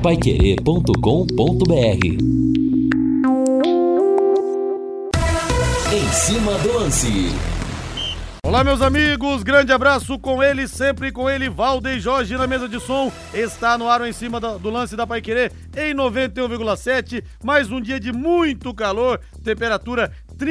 paiquerê.com.br. Em cima do lance. Olá, meus amigos, grande abraço com ele, sempre com ele, Valdeir Jorge na mesa de som. Está no ar o Em Cima do Lance da Paiquerê em 91,7. Mais um dia de muito calor, temperatura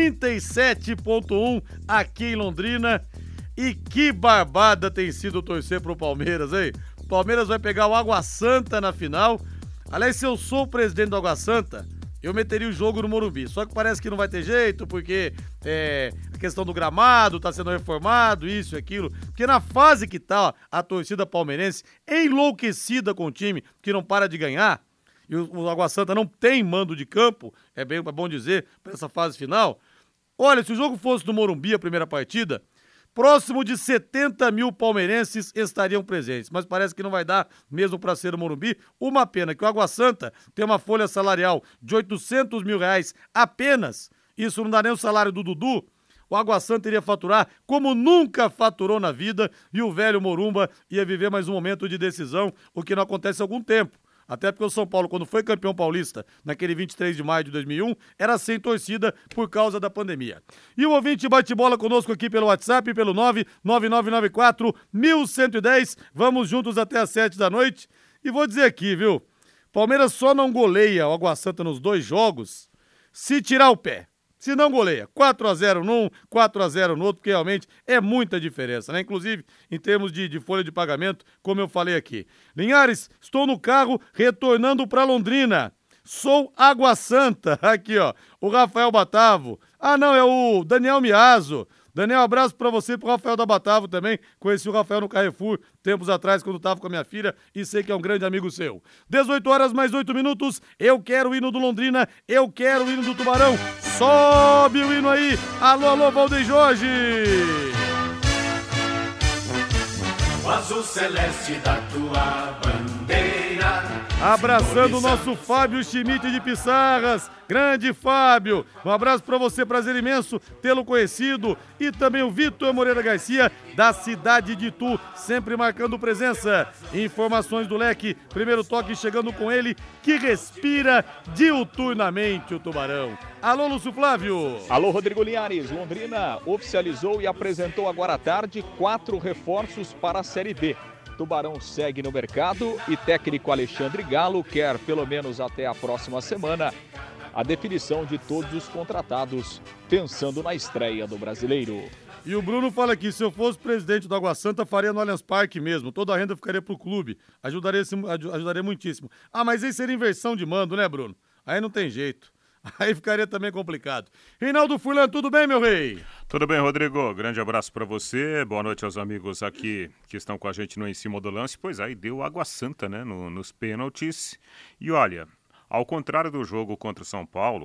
37,1 aqui em Londrina. E que barbada tem sido torcer pro Palmeiras, hein? O Palmeiras vai pegar o Água Santa na final. Aliás, se eu sou o presidente do Água Santa, eu meteria o jogo no Morumbi. Só que parece que não vai ter jeito, porque a questão do gramado tá sendo reformado, isso e aquilo. Porque na fase que tá a torcida palmeirense enlouquecida com o time, que não para de ganhar, e o Água Santa não tem mando de campo, é bom dizer, para essa fase final. Olha, se o jogo fosse no Morumbi, a primeira partida, próximo de 70 mil palmeirenses estariam presentes, mas parece que não vai dar mesmo para ser o Morumbi. Uma pena que o Água Santa tem uma folha salarial de R$800 mil apenas. Isso não dá nem o salário do Dudu. O Água Santa iria faturar como nunca faturou na vida e o velho Morumba ia viver mais um momento de decisão, o que não acontece há algum tempo. Até porque o São Paulo, quando foi campeão paulista, naquele 23 de maio de 2001, era sem torcida por causa da pandemia. E o ouvinte bate bola conosco aqui pelo WhatsApp, pelo 99994-1110. Vamos juntos até às 7 da noite. E vou dizer aqui, viu? Palmeiras só não goleia o Água Santa nos dois jogos se tirar o pé. Se não goleia, 4-0 num, 4-0 no outro, porque realmente é muita diferença, né? Inclusive, em termos de folha de pagamento, como eu falei aqui. Linhares, estou no carro retornando para Londrina. Sou Água Santa. Aqui, ó, o Rafael Batavo. Ah, não, é o Daniel Miazo. Daniel, abraço pra você e pro Rafael da Batavo também. Conheci o Rafael no Carrefour tempos atrás, quando tava com a minha filha, e sei que é um grande amigo seu. 18 horas mais 8 minutos, eu quero o hino do Londrina, eu quero o hino do Tubarão. Sobe o hino aí. Alô, alô, Valdeir Jorge. O azul celeste da tua bandeira. Abraçando o nosso Fábio Schmidt de Pissarras. Grande Fábio, um abraço para você, prazer imenso tê-lo conhecido. E também o Vitor Moreira Garcia, da cidade de Itu, sempre marcando presença. Informações do Leque, primeiro toque chegando com ele, que respira diuturnamente o Tubarão. Alô, Lúcio Flávio. Alô, Rodrigo Linhares. Londrina oficializou e apresentou agora à tarde 4 reforços para a Série B. Tubarão segue no mercado e técnico Alexandre Galo quer, pelo menos até a próxima semana, a definição de todos os contratados, pensando na estreia do Brasileiro. E o Bruno fala aqui, se eu fosse presidente do Água Santa, faria no Allianz Parque mesmo. Toda a renda ficaria pro clube. Ajudaria muitíssimo. Ah, mas aí seria inversão de mando, né, Bruno? Aí não tem jeito. Aí ficaria também complicado. Reinaldo Furlan, tudo bem, meu rei? Tudo bem, Rodrigo. Grande abraço para você. Boa noite aos amigos aqui que estão com a gente no Em Cima do Lance. Pois aí, deu Água Santa, né, nos pênaltis. E olha, ao contrário do jogo contra o São Paulo,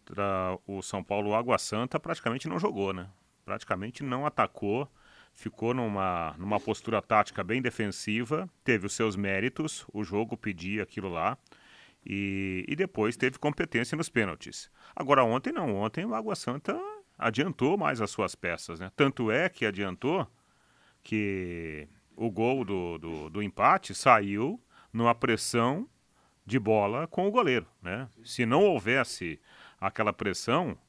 o Água Santa praticamente não jogou, né? Praticamente não atacou. Ficou numa postura tática bem defensiva. Teve os seus méritos. O jogo pedia aquilo lá. E depois teve competência nos pênaltis. Agora ontem não, ontem o Água Santa adiantou mais as suas peças, né? Tanto é que adiantou que o gol do empate saiu numa pressão de bola com o goleiro, né? Se não houvesse aquela pressão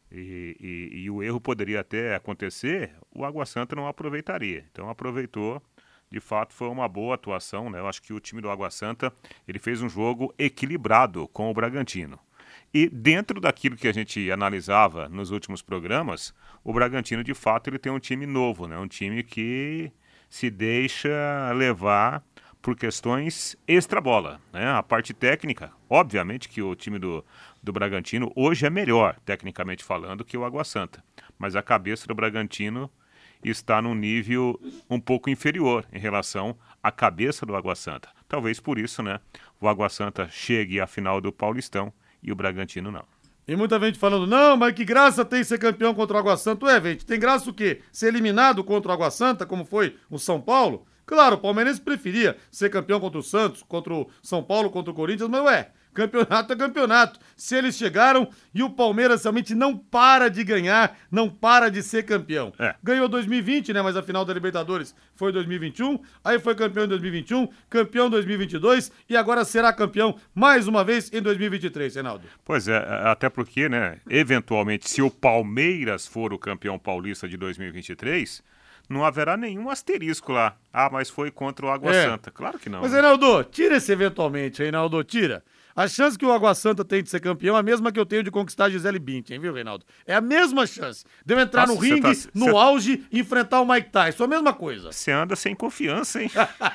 e o erro poderia até acontecer, o Água Santa não aproveitaria. Então aproveitou. De fato, foi uma boa atuação, né? Eu acho que o time do Água Santa, ele fez um jogo equilibrado com o Bragantino. E dentro daquilo que a gente analisava nos últimos programas, o Bragantino, de fato, ele tem um time novo, né? Um time que se deixa levar por questões extra-bola, né? A parte técnica, obviamente que o time do Bragantino hoje é melhor, tecnicamente falando, que o Água Santa. Mas a cabeça do Bragantino está num nível um pouco inferior em relação à cabeça do Água Santa. Talvez por isso, né, o Água Santa chegue à final do Paulistão e o Bragantino não. E muita gente falando, não, mas que graça tem ser campeão contra o Água Santa. Ué, gente, tem graça o quê? Ser eliminado contra o Água Santa, como foi o São Paulo? Claro, o palmeirense preferia ser campeão contra o Santos, contra o São Paulo, contra o Corinthians, mas ué, Campeonato é campeonato. Se eles chegaram e o Palmeiras realmente não para de ganhar, não para de ser campeão. Ganhou 2020, né? Mas a final da Libertadores foi 2021, aí foi campeão em 2021, campeão em 2022 e agora será campeão mais uma vez em 2023, Reinaldo. Pois é, até porque, né, eventualmente, se o Palmeiras for o campeão paulista de 2023, não haverá nenhum asterisco lá. Ah, mas foi contra o Água Santa. Claro que não. Mas, Reinaldo, tira esse eventualmente, Reinaldo, tira. A chance que o Água Santa tem de ser campeão é a mesma que eu tenho de conquistar a Gisele Bündchen, viu, Reinaldo? É a mesma chance de eu entrar no ringue, no auge, e enfrentar o Mike Tyson. É a mesma coisa. Você anda sem confiança, hein?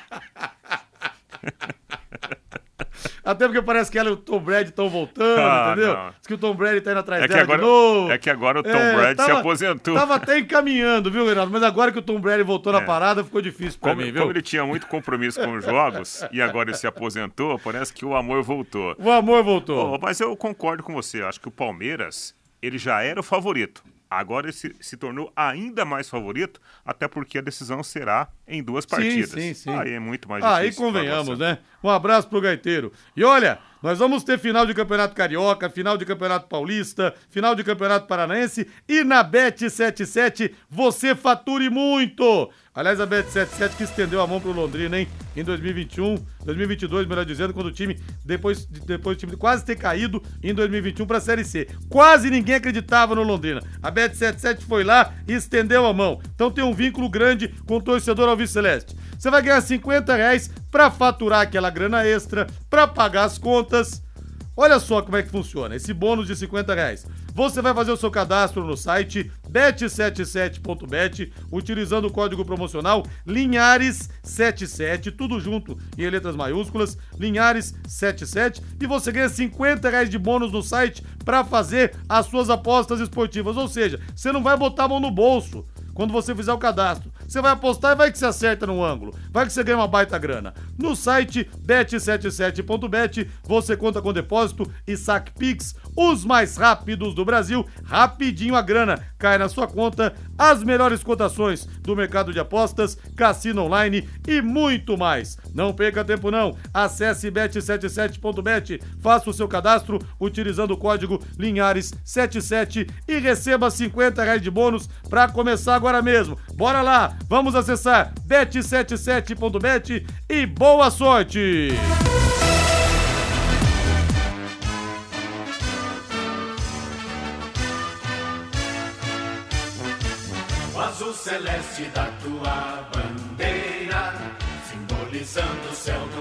Até porque parece que ela e o Tom Brady estão voltando, entendeu? Não. Diz que o Tom Brady tá indo atrás dela de novo. É que agora o Tom Brady se aposentou. Tava até encaminhando, viu, Reinaldo? Mas agora que o Tom Brady voltou na parada, ficou difícil pra mim, viu? Como ele tinha muito compromisso com os jogos e agora ele se aposentou, parece que o amor voltou. O amor voltou. Mas eu concordo com você. Acho que o Palmeiras, ele já era o favorito. Agora ele se tornou ainda mais favorito, até porque a decisão será em 2 partidas. Sim. Aí é muito mais difícil. Aí convenhamos, né? Um abraço pro Gaiteiro. E olha, nós vamos ter final de Campeonato Carioca, final de Campeonato Paulista, final de Campeonato Paranaense e na Bet77 você fature muito! Aliás, a Bet77 que estendeu a mão pro Londrina, hein? Em 2022, melhor dizendo, quando o time, depois do time quase ter caído em 2021 pra Série C. Quase ninguém acreditava no Londrina. A Bet77 foi lá e estendeu a mão. Então tem um vínculo grande com o torcedor alviceleste. Você vai ganhar R$50 pra faturar aquela grana extra, pra pagar as contas. Olha só como é que funciona esse bônus de R$50. Você vai fazer o seu cadastro no site bet77.bet, utilizando o código promocional Linhares77, tudo junto em letras maiúsculas, Linhares77, e você ganha R$50 de bônus no site para fazer as suas apostas esportivas. Ou seja, você não vai botar a mão no bolso quando você fizer o cadastro. Você vai apostar e vai que você acerta no ângulo. Vai que você ganha uma baita grana. No site bet77.bet, você conta com depósito e saque Pix, os mais rápidos do Brasil. Rapidinho a grana cai na sua conta. As melhores cotações do mercado de apostas, cassino online e muito mais. Não perca tempo não. Acesse bet77.bet, faça o seu cadastro utilizando o código Linhares77 e receba R$50 de bônus para começar agora mesmo. Bora lá, vamos acessar bet77.bet e boa sorte! O azul celeste da tua bandeira, simbolizando o céu do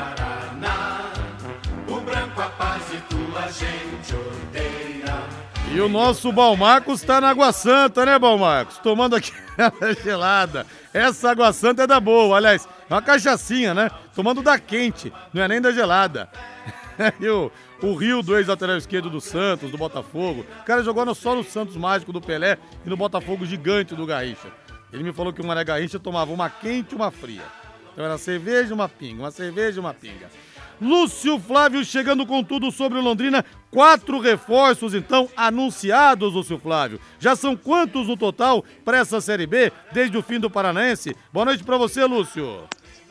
Paraná. O branco a paz e tua gente odeia. E o nosso Balmarcos tá na Água Santa, né, Balmarcos? Tomando aqui a gelada. Essa Água Santa é da boa, aliás, é uma cachaçinha, né? Tomando da quente, não é nem da gelada. E o Rio, do ex-lateral esquerdo do Santos, do Botafogo. O cara jogou só no Santos Mágico do Pelé e no Botafogo Gigante do Garrincha. Ele me falou que o Mané Garrincha tomava uma quente e uma fria. Então era cerveja e uma pinga, uma cerveja e uma pinga. Lúcio Flávio chegando com tudo sobre o Londrina. 4 reforços, então, anunciados, Lúcio Flávio. Já são quantos no total para essa Série B, desde o fim do Paranaense? Boa noite para você, Lúcio.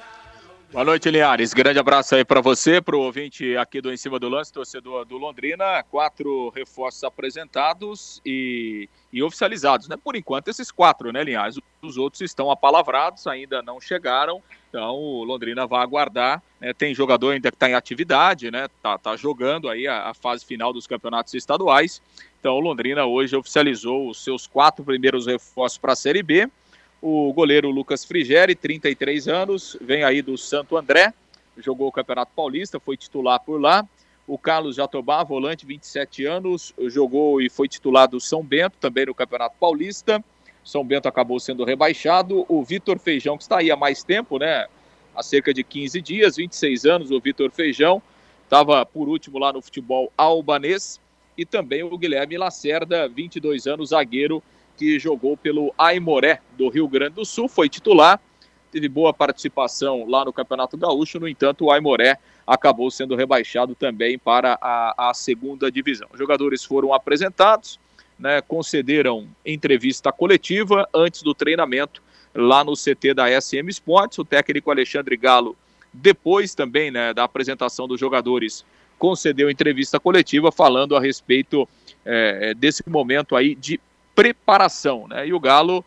Boa noite, Linhares. Grande abraço aí para você, pro ouvinte aqui do Em Cima do Lance, torcedor do Londrina. 4 reforços apresentados e oficializados, né? Por enquanto, esses 4, né, Linhares? Os outros estão apalavrados, ainda não chegaram. Então, o Londrina vai aguardar. Né? Tem jogador ainda que está em atividade, né? Tá jogando aí a fase final dos campeonatos estaduais. Então, o Londrina hoje oficializou os seus 4 primeiros reforços para a Série B. O goleiro Lucas Frigeri, 33 anos, vem aí do Santo André, jogou o Campeonato Paulista, foi titular por lá. O Carlos Jatobá, volante, 27 anos, jogou e foi titular do São Bento, também no Campeonato Paulista. São Bento acabou sendo rebaixado. O Vitor Feijão, que está aí há mais tempo, né? Há cerca de 15 dias, 26 anos, o Vitor Feijão, estava por último lá no futebol albanês. E também o Guilherme Lacerda, 22 anos, zagueiro, que jogou pelo Aimoré do Rio Grande do Sul, foi titular, teve boa participação lá no Campeonato Gaúcho, no entanto o Aimoré acabou sendo rebaixado também para a segunda divisão. Os jogadores foram apresentados, né, concederam entrevista coletiva antes do treinamento lá no CT da SM Sports. O técnico Alexandre Galo, depois também, né, da apresentação dos jogadores, concedeu entrevista coletiva falando a respeito desse momento aí de preparação, né? E o Galo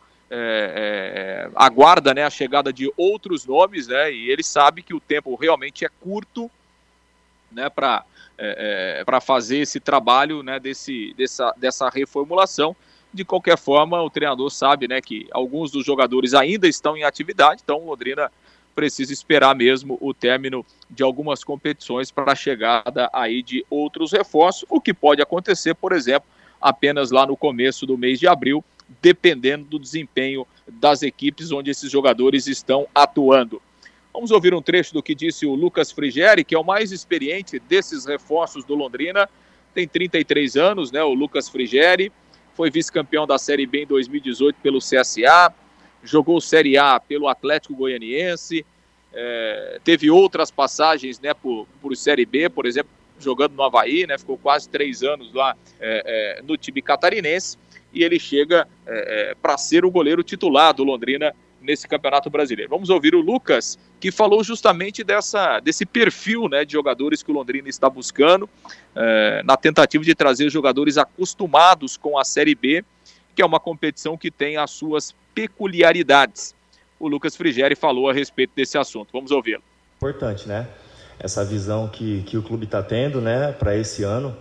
aguarda, né, a chegada de outros nomes, né? E ele sabe que o tempo realmente é curto, né, para fazer esse trabalho, né, dessa reformulação. De qualquer forma, o treinador sabe, né, que alguns dos jogadores ainda estão em atividade, então o Londrina precisa esperar mesmo o término de algumas competições para a chegada aí de outros reforços, o que pode acontecer, por exemplo, apenas lá no começo do mês de abril, dependendo do desempenho das equipes onde esses jogadores estão atuando. Vamos ouvir um trecho do que disse o Lucas Frigeri, que é o mais experiente desses reforços do Londrina, tem 33 anos, né, o Lucas Frigeri, foi vice-campeão da Série B em 2018 pelo CSA, jogou Série A pelo Atlético Goianiense, teve outras passagens, né, por Série B, por exemplo, jogando no Avaí, né, ficou quase 3 anos lá no time catarinense, e ele chega para ser o goleiro titular do Londrina nesse Campeonato Brasileiro. Vamos ouvir o Lucas, que falou justamente desse perfil, né, de jogadores que o Londrina está buscando, na tentativa de trazer jogadores acostumados com a Série B, que é uma competição que tem as suas peculiaridades. O Lucas Frigeri falou a respeito desse assunto. Vamos ouvi-lo. Importante, né? Essa visão que o clube está tendo, né, para esse ano,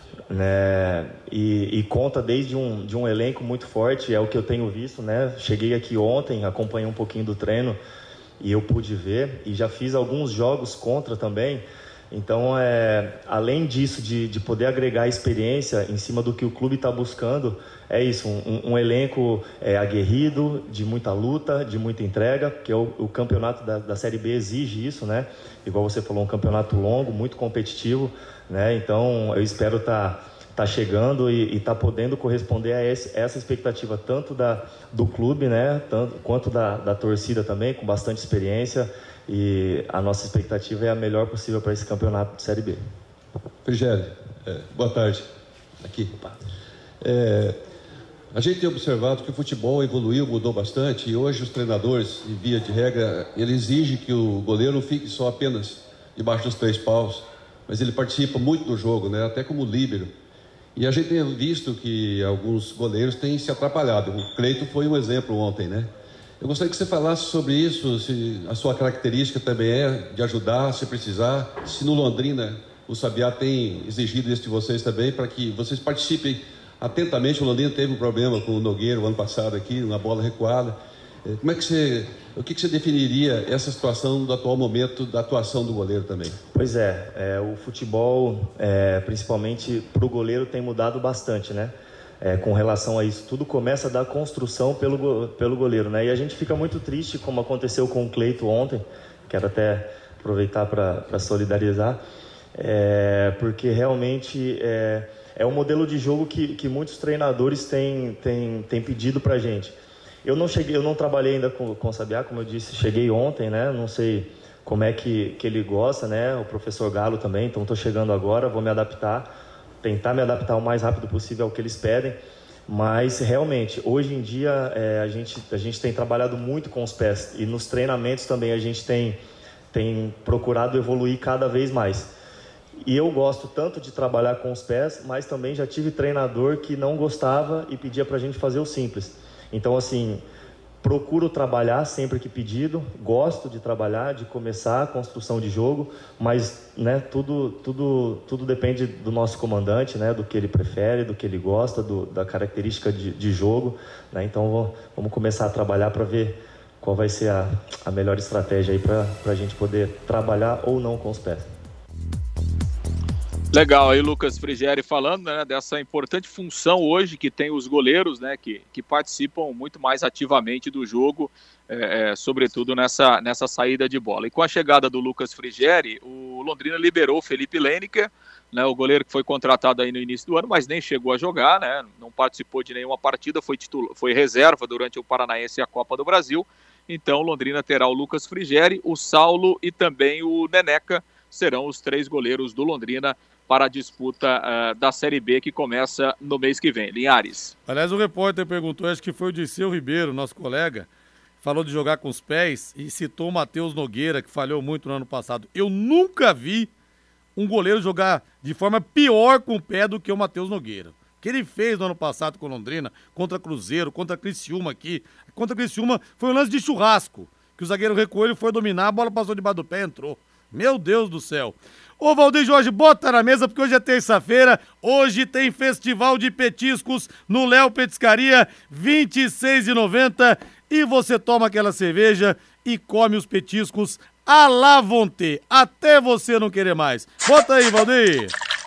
né, e conta desde um elenco muito forte, é o que eu tenho visto, né? Cheguei aqui ontem, acompanhei um pouquinho do treino e eu pude ver, e já fiz alguns jogos contra também. Então, além disso, de poder agregar experiência em cima do que o clube está buscando, é isso, um elenco aguerrido, de muita luta, de muita entrega, porque o campeonato da Série B exige isso, né? Igual você falou, um campeonato longo, muito competitivo, né? Então, eu espero tá chegando e tá podendo corresponder a essa expectativa, tanto do clube, né? Quanto da torcida também, com bastante experiência. E a nossa expectativa é a melhor possível para esse campeonato de Série B. Frigeri, boa tarde. Aqui. A gente tem observado que o futebol evoluiu, mudou bastante, e hoje os treinadores, em via de regra, ele exige que o goleiro não fique só apenas debaixo dos 3 paus, mas ele participa muito do jogo, né? Até como líbero. E a gente tem visto que alguns goleiros têm se atrapalhado. O Cleiton foi um exemplo ontem, né? Eu gostaria que você falasse sobre isso, se a sua característica também é de ajudar, se precisar, se no Londrina o Sabiá tem exigido isso de vocês também, para que vocês participem atentamente. O Londrina teve um problema com o Nogueira o ano passado aqui, uma bola recuada. O que você definiria essa situação do atual momento da atuação do goleiro também? Pois o futebol, principalmente para o goleiro, tem mudado bastante, né? Com relação a isso, tudo começa da construção pelo goleiro, né? E a gente fica muito triste, como aconteceu com o Cleiton ontem, quero até aproveitar para solidarizar, porque realmente é um modelo de jogo que muitos treinadores têm pedido para a gente. Eu não trabalhei ainda com o Sabiá, como eu disse, cheguei ontem, né? Não sei como é que ele gosta, né? O professor Galo também, então estou chegando agora, vou me adaptar, tentar me adaptar o mais rápido possível ao que eles pedem, mas realmente, hoje em dia, a gente tem trabalhado muito com os pés, e nos treinamentos também a gente tem procurado evoluir cada vez mais. E eu gosto tanto de trabalhar com os pés, mas também já tive treinador que não gostava e pedia pra gente fazer o simples. Então, assim, procuro trabalhar sempre que pedido, gosto de trabalhar, de começar a construção de jogo, mas, né, tudo depende do nosso comandante, né, do que ele prefere, do que ele gosta, da característica de jogo, né? Então vamos começar a trabalhar para ver qual vai ser a melhor estratégia aí para a gente poder trabalhar ou não com os pés. Legal, aí Lucas Frigeri falando, né, dessa importante função hoje que tem os goleiros, né, que participam muito mais ativamente do jogo, sobretudo nessa saída de bola. E com a chegada do Lucas Frigeri, o Londrina liberou o Felipe Lineker, né, o goleiro que foi contratado aí no início do ano, mas nem chegou a jogar, né, não participou de nenhuma partida, foi reserva durante o Paranaense e a Copa do Brasil. Então o Londrina terá o Lucas Frigeri, o Saulo e também o Neneca, serão os 3 goleiros do Londrina para a disputa da Série B, que começa no mês que vem. Linhares. Aliás, o repórter perguntou, acho que foi o Dirceu Ribeiro, nosso colega, falou de jogar com os pés e citou o Matheus Nogueira, que falhou muito no ano passado. Eu nunca vi um goleiro jogar de forma pior com o pé do que o Matheus Nogueira. O que ele fez no ano passado com Londrina, contra Cruzeiro, contra Criciúma aqui. Contra Criciúma foi um lance de churrasco, que o zagueiro recuou, ele foi dominar, a bola passou debaixo do pé e entrou. Meu Deus do céu. Ô Valdir Jorge, bota na mesa porque hoje é terça-feira, hoje tem festival de petiscos no Léo Petiscaria, R$26,90 e você toma aquela cerveja e come os petiscos à la vontade, até você não querer mais. Bota aí, Valdir.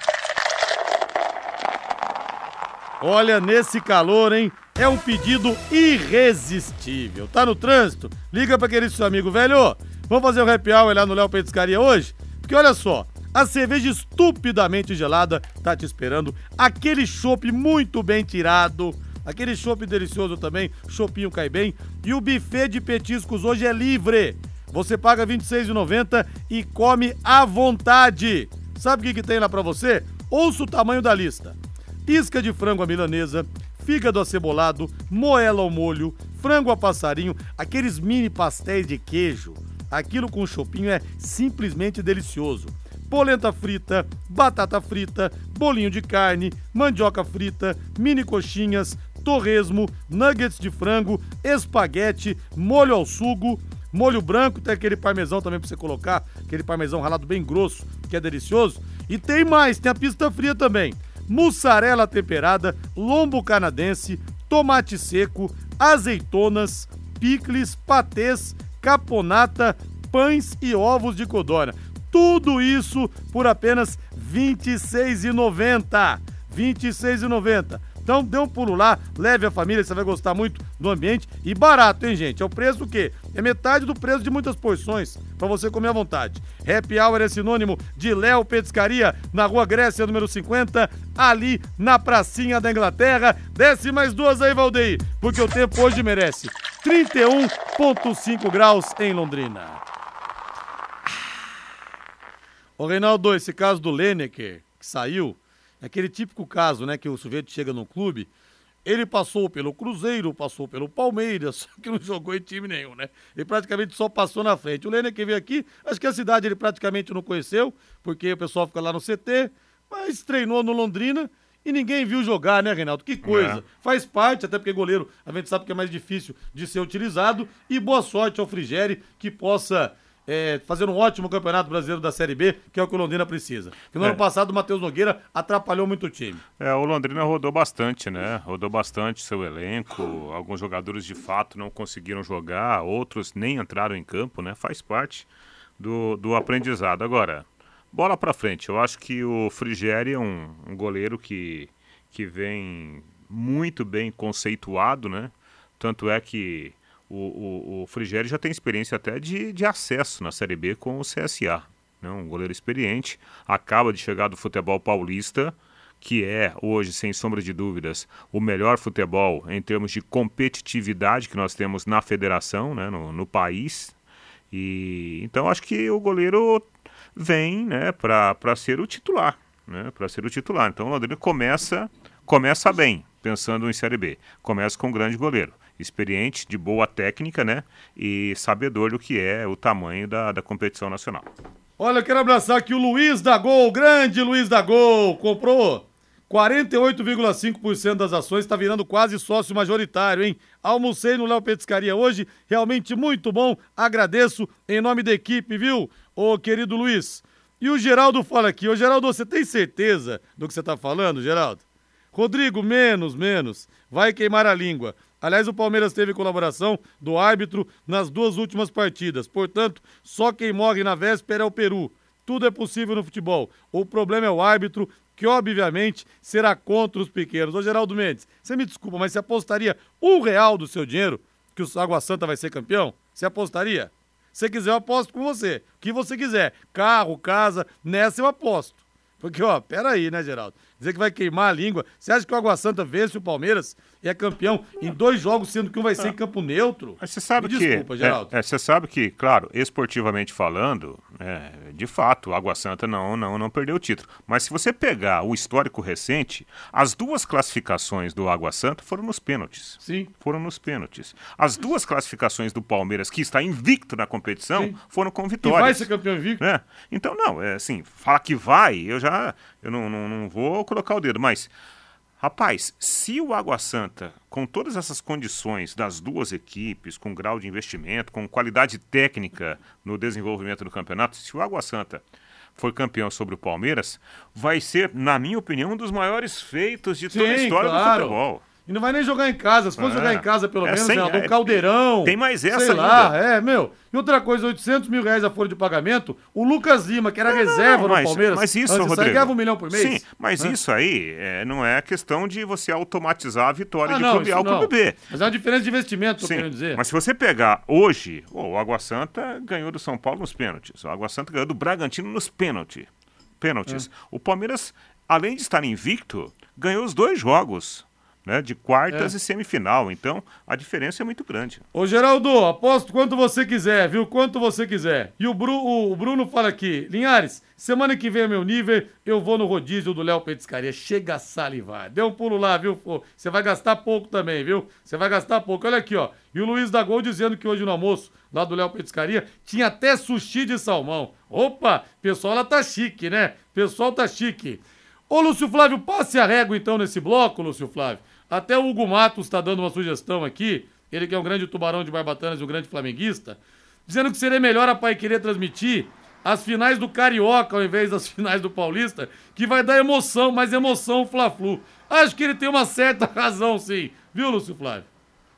Olha, nesse calor, hein? É um pedido irresistível. Tá no trânsito? Liga pra aquele seu amigo, velho. Vamos fazer o happy hour lá no Léo Petiscaria hoje? Porque olha só, a cerveja estupidamente gelada tá te esperando. Aquele chopp muito bem tirado. Aquele chopp delicioso também. Choppinho cai bem. E o buffet de petiscos hoje é livre. Você paga R$26,90 e come à vontade. Sabe o que tem lá pra você? Ouça o tamanho da lista. Isca de frango à milanesa, fígado acebolado, moela ao molho, frango a passarinho, aqueles mini pastéis de queijo. Aquilo com chopinho é simplesmente delicioso. Polenta frita, batata frita, bolinho de carne, mandioca frita, mini coxinhas, torresmo, nuggets de frango, espaguete, molho ao sugo, molho branco, tem aquele parmesão também pra você colocar, aquele parmesão ralado bem grosso, que é delicioso. E tem mais, tem a pista fria também. Mussarela temperada, lombo canadense, tomate seco, azeitonas, picles, patês, caponata, pães e ovos de codorna. Tudo isso por apenas R$26,90. R$26,90. Então dê um pulo lá, leve a família, você vai gostar muito do ambiente e barato, hein, gente? É o preço do quê? É metade do preço de muitas porções, pra você comer à vontade. Happy Hour é sinônimo de Léo Petiscaria, na Rua Grécia, número 50, ali na pracinha da Inglaterra. Desce mais duas aí, Valdeir, porque o tempo hoje merece 31,5 graus em Londrina. Ô, Reinaldo, esse caso do Lineker, que saiu, é aquele típico caso, né, que o sujeito chega no clube, ele passou pelo Cruzeiro, passou pelo Palmeiras, só que não jogou em time nenhum, né? Ele praticamente só passou na frente. O Lineker veio aqui, acho que a cidade ele praticamente não conheceu, porque o pessoal fica lá no CT, mas treinou no Londrina e ninguém viu jogar, né, Reinaldo? Que coisa. Faz parte, até porque goleiro, a gente sabe que é mais difícil de ser utilizado, e boa sorte ao Frigéri, que possa fazer um ótimo campeonato brasileiro da Série B, que é o que o Londrina precisa. Porque no ano passado o Matheus Nogueira atrapalhou muito o time. O Londrina rodou bastante, né? Rodou bastante seu elenco, alguns jogadores de fato não conseguiram jogar, outros nem entraram em campo, né? Faz parte do aprendizado. Agora, bola pra frente. Eu acho que o Frigéri é um goleiro que vem muito bem conceituado, né? Tanto é que o Frigéri já tem experiência até de acesso na Série B com o CSA, né? Um goleiro experiente, acaba de chegar do futebol paulista, que é hoje, sem sombra de dúvidas, o melhor futebol em termos de competitividade que nós temos na federação, né? no país. E então acho que o goleiro vem, né, para ser o titular, né? Para ser o titular. Então o Londrina começa bem, pensando em Série B. Começa com um grande goleiro, experiente, de boa técnica, né? E sabedor do que é o tamanho da competição nacional. Olha, eu quero abraçar aqui o Luiz da Gol, grande Luiz da Gol, comprou 48,5% das ações, tá virando quase sócio majoritário, hein? Almocei no Léo Petiscaria hoje, realmente muito bom, agradeço em nome da equipe, viu, ô querido Luiz. E o Geraldo fala aqui, ô Geraldo, você tem certeza do que você tá falando, Geraldo? Rodrigo, menos, vai queimar a língua. Aliás, o Palmeiras teve colaboração do árbitro nas duas últimas partidas. Portanto, só quem morre na véspera é o Peru. Tudo é possível no futebol. O problema é o árbitro, que obviamente será contra os pequenos. Ô Geraldo Mendes, você me desculpa, mas você apostaria R$1 do seu dinheiro que o Água Santa vai ser campeão? Você apostaria? Se quiser, eu aposto com você. O que você quiser. Carro, casa, nessa eu aposto. Porque, peraí, né, Geraldo? dizer que vai queimar a língua. Você acha que o Água Santa vence o Palmeiras e é campeão em 2 jogos, sendo que um vai ser em campo neutro? Mas você sabe desculpa, Geraldo. Você sabe que, claro, esportivamente falando, de fato, o Água Santa não perdeu o título. Mas se você pegar o histórico recente, as 2 classificações do Água Santa foram nos pênaltis. Sim. Foram nos pênaltis. As 2 classificações do Palmeiras, que está invicto na competição, foram com vitórias. E vai ser campeão invicto? Então, assim, falar que vai, eu não vou colocar o dedo, mas... Rapaz, se o Água Santa, com todas essas condições das 2 equipes, com grau de investimento, com qualidade técnica no desenvolvimento do campeonato, se o Água Santa for campeão sobre o Palmeiras, vai ser, na minha opinião, um dos maiores feitos de toda a história do futebol. E não vai nem jogar em casa. Se for jogar em casa, pelo menos, um caldeirão. Tem mais essa sei lá, E outra coisa, R$800 mil a folha de pagamento. O Lucas Lima, que era reserva no Palmeiras, mas isso, Rodrigo, ganhava $1 milhão por mês. Sim, mas isso aí não é questão de você automatizar a vitória de clube A ou clube B. Mas é uma diferença de investimento, tô querendo dizer. Mas se você pegar hoje, o Água Santa ganhou do São Paulo nos pênaltis. O Água Santa ganhou do Bragantino nos pênaltis. O Palmeiras, além de estar invicto, ganhou os 2 jogos. De quartas e semifinal, então a diferença é muito grande. Ô Geraldo, aposto quanto você quiser, viu? Quanto você quiser. E o Bruno fala aqui, Linhares, semana que vem é meu nível, eu vou no rodízio do Léo Petiscaria, chega a salivar. Dê um pulo lá, viu? Você vai gastar pouco também, viu? Você vai gastar pouco. Olha aqui, ó. E o Luiz da Gol dizendo que hoje no almoço, lá do Léo Petiscaria, tinha até sushi de salmão. Opa, pessoal lá tá chique, né? Pessoal tá chique. Ô Lúcio Flávio, passe a régua então nesse bloco, Lúcio Flávio. Até o Hugo Matos está dando uma sugestão aqui, ele que é um grande tubarão de Barbatanas e um grande flamenguista, dizendo que seria melhor a Paiquerê transmitir as finais do Carioca ao invés das finais do Paulista, que vai dar emoção, mais emoção Fla-Flu. Acho que ele tem uma certa razão, sim. Viu, Lúcio Flávio?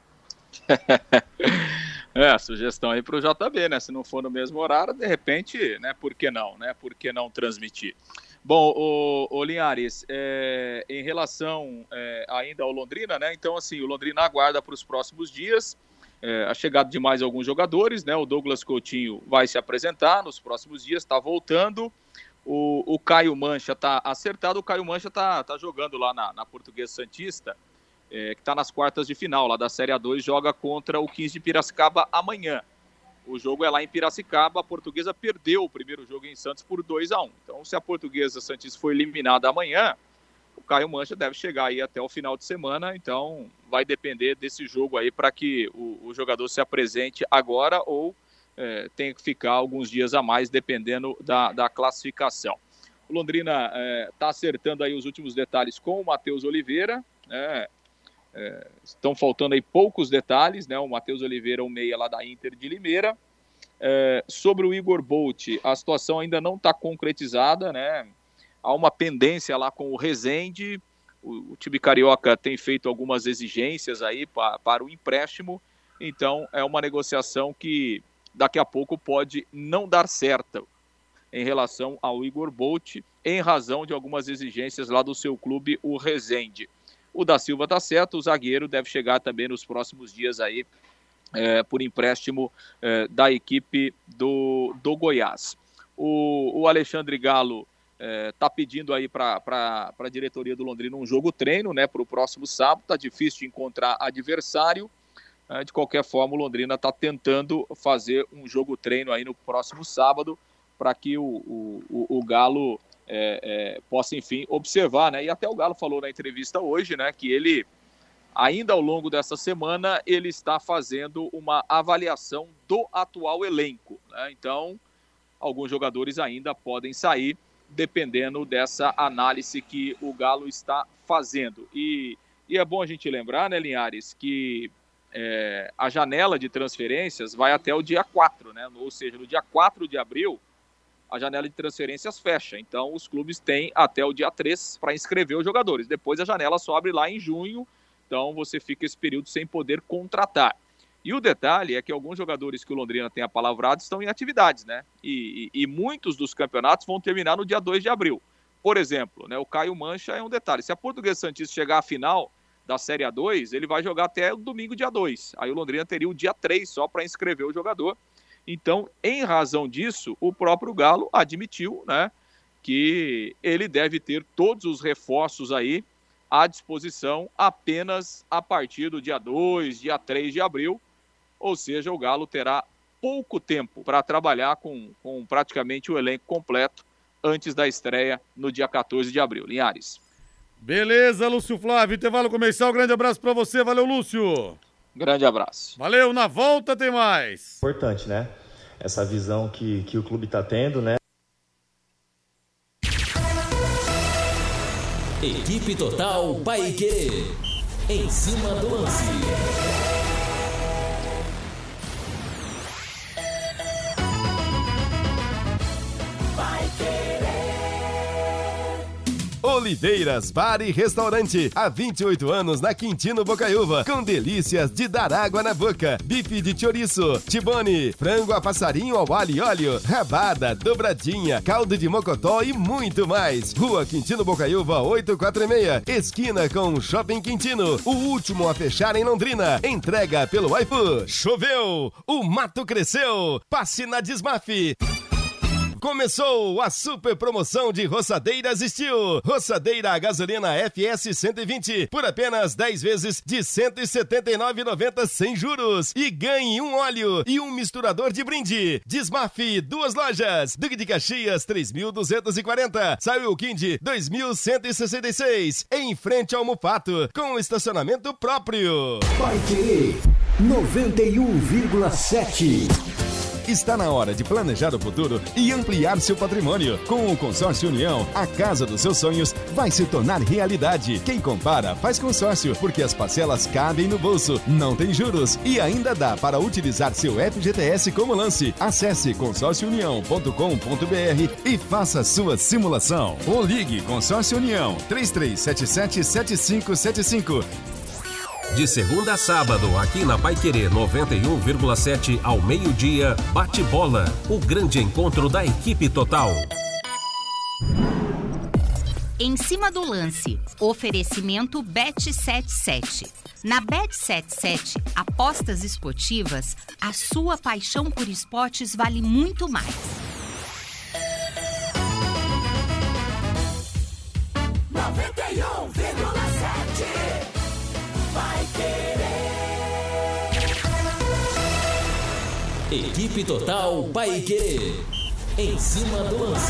A sugestão aí pro JB, né? Se não for no mesmo horário, de repente, né? Por que não, né? Por que não transmitir? Bom, o Linhares, em relação ainda ao Londrina, né? Então, assim, o Londrina aguarda para os próximos dias a chegada de mais alguns jogadores, né? O Douglas Coutinho vai se apresentar nos próximos dias, está voltando. O Caio Mancha está acertado, o Caio Mancha está jogando lá na Portuguesa Santista, que está nas quartas de final lá da Série A2, joga contra o 15 de Piracicaba amanhã. O jogo é lá em Piracicaba, a Portuguesa perdeu o primeiro jogo em Santos por 2-1. Então, se a Portuguesa Santista for eliminada amanhã, o Caio Mancha deve chegar aí até o final de semana. Então, vai depender desse jogo aí para que o jogador se apresente agora ou tenha que ficar alguns dias a mais, dependendo da classificação. O Londrina está acertando aí os últimos detalhes com o Matheus Oliveira, né? Estão faltando aí poucos detalhes, né? O Matheus Oliveira, o meia lá da Inter de Limeira. Sobre o Igor Bolt, a situação ainda não está concretizada, né? Há uma pendência lá com o Rezende. O time carioca tem feito algumas exigências aí para o empréstimo. Então, é uma negociação que daqui a pouco pode não dar certo em relação ao Igor Bolt, em razão de algumas exigências lá do seu clube, o Rezende. O da Silva está certo, o zagueiro deve chegar também nos próximos dias aí, por empréstimo da equipe do Goiás. O Alexandre Galo está pedindo aí para a diretoria do Londrina um jogo treino, né, para o próximo sábado. Está difícil de encontrar adversário. De qualquer forma, o Londrina está tentando fazer um jogo treino aí no próximo sábado para que o Galo possa, enfim, observar, né? E até o Galo falou na entrevista hoje, né, que ele, ainda ao longo dessa semana, ele está fazendo uma avaliação do atual elenco, né? Então, alguns jogadores ainda podem sair, dependendo dessa análise que o Galo está fazendo. E é bom a gente lembrar, né, Linhares, que a janela de transferências vai até o dia 4, né? Ou seja, no dia 4 de abril, a janela de transferências fecha. Então, os clubes têm até o dia 3 para inscrever os jogadores. Depois, a janela só abre lá em junho. Então, você fica esse período sem poder contratar. E o detalhe é que alguns jogadores que o Londrina tem apalavrado estão em atividades, né? E muitos dos campeonatos vão terminar no dia 2 de abril. Por exemplo, né, o Caio Mancha é um detalhe. Se a Portuguesa Santista chegar à final da Série A2, ele vai jogar até o domingo, dia 2. Aí o Londrina teria o dia 3 só para inscrever o jogador. Então, em razão disso, o próprio Galo admitiu, né, que ele deve ter todos os reforços aí à disposição apenas a partir do dia 2, dia 3 de abril, ou seja, o Galo terá pouco tempo para trabalhar com praticamente o elenco completo antes da estreia no dia 14 de abril. Linhares. Beleza, Lúcio Flávio, intervalo comercial, grande abraço para você, valeu, Lúcio. Grande abraço. Valeu, na volta tem mais. Importante, né? Essa visão que o clube está tendo, né? Equipe Total Paiquerê. Em cima do lance. Oliveiras Bar e Restaurante, há 28 anos na Quintino Bocaiúva, com delícias de dar água na boca, bife de chouriço, tibone, frango a passarinho ao alho e óleo, rabada, dobradinha, caldo de mocotó e muito mais. Rua Quintino Bocaiúva 846, esquina com Shopping Quintino, o último a fechar em Londrina. Entrega pelo iFood. Choveu, o mato cresceu, passe na Desmaf. Começou a super promoção de roçadeiras Steel. Roçadeira a gasolina FS 120 por apenas 10 vezes de R$ 179,90 sem juros. E ganhe um óleo e um misturador de brinde. Desmaf, 2 lojas. Duque de Caxias, 3.240. Saiu Kind, 2.166. Em frente ao Mufato, com estacionamento próprio. Paiquerê 91,7. Está na hora de planejar o futuro e ampliar seu patrimônio. Com o Consórcio União, a casa dos seus sonhos vai se tornar realidade. Quem compara faz consórcio, porque as parcelas cabem no bolso, não tem juros e ainda dá para utilizar seu FGTS como lance. Acesse consórciounião.com.br e faça sua simulação. Ou ligue Consórcio União 3377-7575. De segunda a sábado, aqui na Paiquerê 91,7 ao meio-dia, bate-bola, o grande encontro da equipe total. Em cima do lance, oferecimento Bet77. Na Bet77, apostas esportivas, a sua paixão por esportes vale muito mais. 91,7 Equipe Total Paiquerê. Em cima do lance.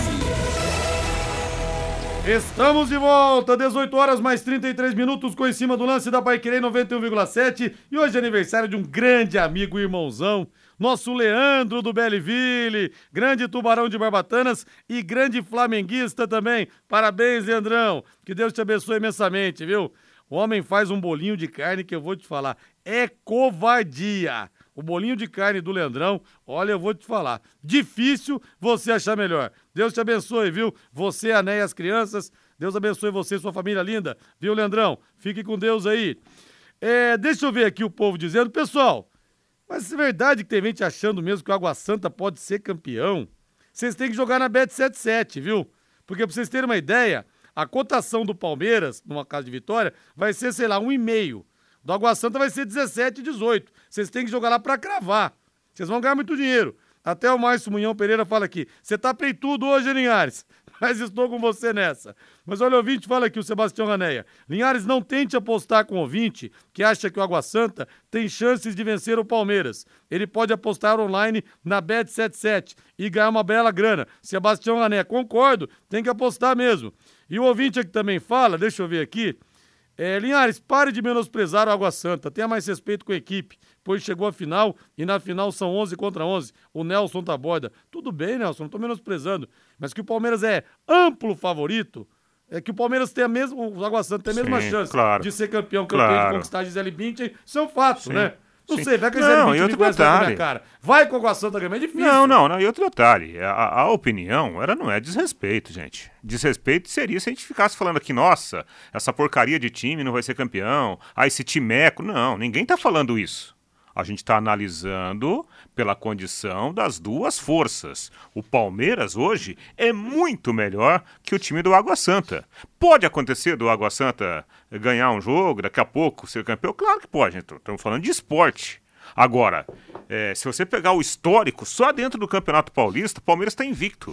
Estamos de volta, 18 horas mais 33 minutos com Em Cima do Lance da Paiquerê 91,7. E hoje é aniversário de um grande amigo e irmãozão, nosso Leandro do Belleville, grande tubarão de Barbatanas e grande flamenguista também. Parabéns, Leandrão, que Deus te abençoe imensamente, viu? O homem faz um bolinho de carne que eu vou te falar, é covardia. O bolinho de carne do Leandrão, olha, eu vou te falar, difícil você achar melhor. Deus te abençoe, viu? Você, a Né e as crianças, Deus abençoe você e sua família linda, viu, Leandrão? Fique com Deus aí. Deixa eu ver aqui o povo dizendo, pessoal, mas é verdade que tem gente achando mesmo que o Água Santa pode ser campeão? Vocês têm que jogar na Bet77, viu? Porque pra vocês terem uma ideia, a cotação do Palmeiras, numa casa de vitória, vai ser, sei lá, 1,5. Do Água Santa vai ser 17 e 18. Vocês têm que jogar lá pra cravar. Vocês vão ganhar muito dinheiro. Até o Márcio Munhão Pereira fala aqui, você tá peitudo hoje, Linhares, mas estou com você nessa. Mas olha, o ouvinte fala aqui, o Sebastião Raneia. Linhares, não tente apostar com o ouvinte que acha que o Água Santa tem chances de vencer o Palmeiras. Ele pode apostar online na Bet77 e ganhar uma bela grana. Sebastião Raneia, concordo, tem que apostar mesmo. E o ouvinte aqui também fala, deixa eu ver aqui, Linhares, pare de menosprezar o Água Santa, tenha mais respeito com a equipe, pois chegou a final e na final são 11 contra 11, o Nelson Taborda. Tudo bem, Nelson, não tô menosprezando, mas que o Palmeiras é amplo favorito, é que o Palmeiras tem o Água Santa tem a mesma chance de ser campeão de conquistar a Gisele Bündchen, isso é um fato, né? Não sei, vai que a Gisele Bündchen me conhece na minha cara. Vai com o Água Santa também, é difícil. Não, e outro detalhe, a opinião, ela não é desrespeito, gente. Desrespeito seria se a gente ficasse falando aqui, nossa, essa porcaria de time não vai ser campeão, esse timeco. Não, ninguém tá falando isso. A gente está analisando pela condição das duas forças. O Palmeiras hoje é muito melhor que o time do Água Santa. Pode acontecer do Água Santa ganhar um jogo, daqui a pouco ser campeão? Claro que pode, estamos falando de esporte. Agora, se você pegar o histórico, só dentro do Campeonato Paulista, o Palmeiras está invicto.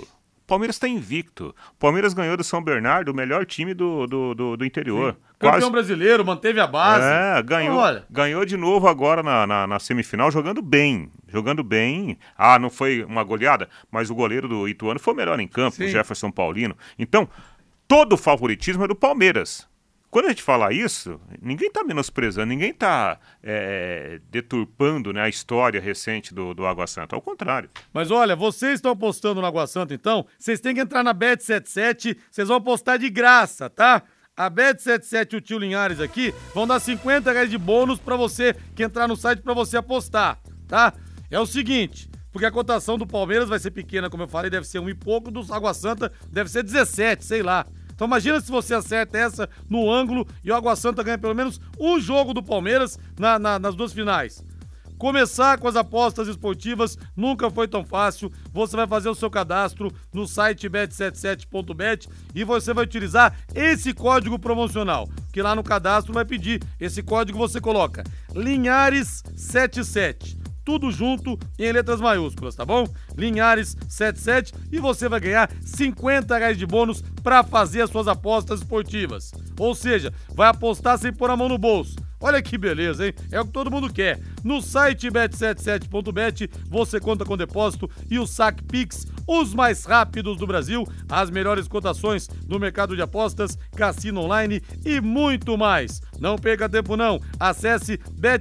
Palmeiras está invicto. O Palmeiras ganhou do São Bernardo, o melhor time do interior. Campeão brasileiro, manteve a base. Ganhou de novo agora na semifinal, jogando bem. Não foi uma goleada, mas o goleiro do Ituano foi o melhor em campo, o Jefferson Paulino. Então, todo o favoritismo é do Palmeiras. Quando a gente fala isso, ninguém está menosprezando, ninguém está deturpando, né, a história recente do Água Santa, ao contrário. Mas olha, vocês estão apostando no Água Santa, então, vocês têm que entrar na Bet77, vocês vão apostar de graça, tá? A Bet77 e o tio Linhares aqui vão dar R$50 de bônus pra você que entrar no site pra você apostar, tá? É o seguinte, porque a cotação do Palmeiras vai ser pequena, como eu falei, deve ser 1 e pouco, do Água Santa deve ser 17, sei lá. Então imagina se você acerta essa no ângulo e o Água Santa ganha pelo menos um jogo do Palmeiras nas duas finais. Começar com as apostas esportivas nunca foi tão fácil. Você vai fazer o seu cadastro no site bet77.bet e você vai utilizar esse código promocional, que lá no cadastro vai pedir. Esse código você coloca Linhares77. Tudo junto em letras maiúsculas, tá bom? Linhares77 e você vai ganhar R$50 de bônus para fazer as suas apostas esportivas. Ou seja, vai apostar sem pôr a mão no bolso. Olha que beleza, hein? É o que todo mundo quer. No site bet77.bet você conta com depósito e o saque Pix, os mais rápidos do Brasil, as melhores cotações do mercado de apostas, cassino online e muito mais. Não perca tempo não. Acesse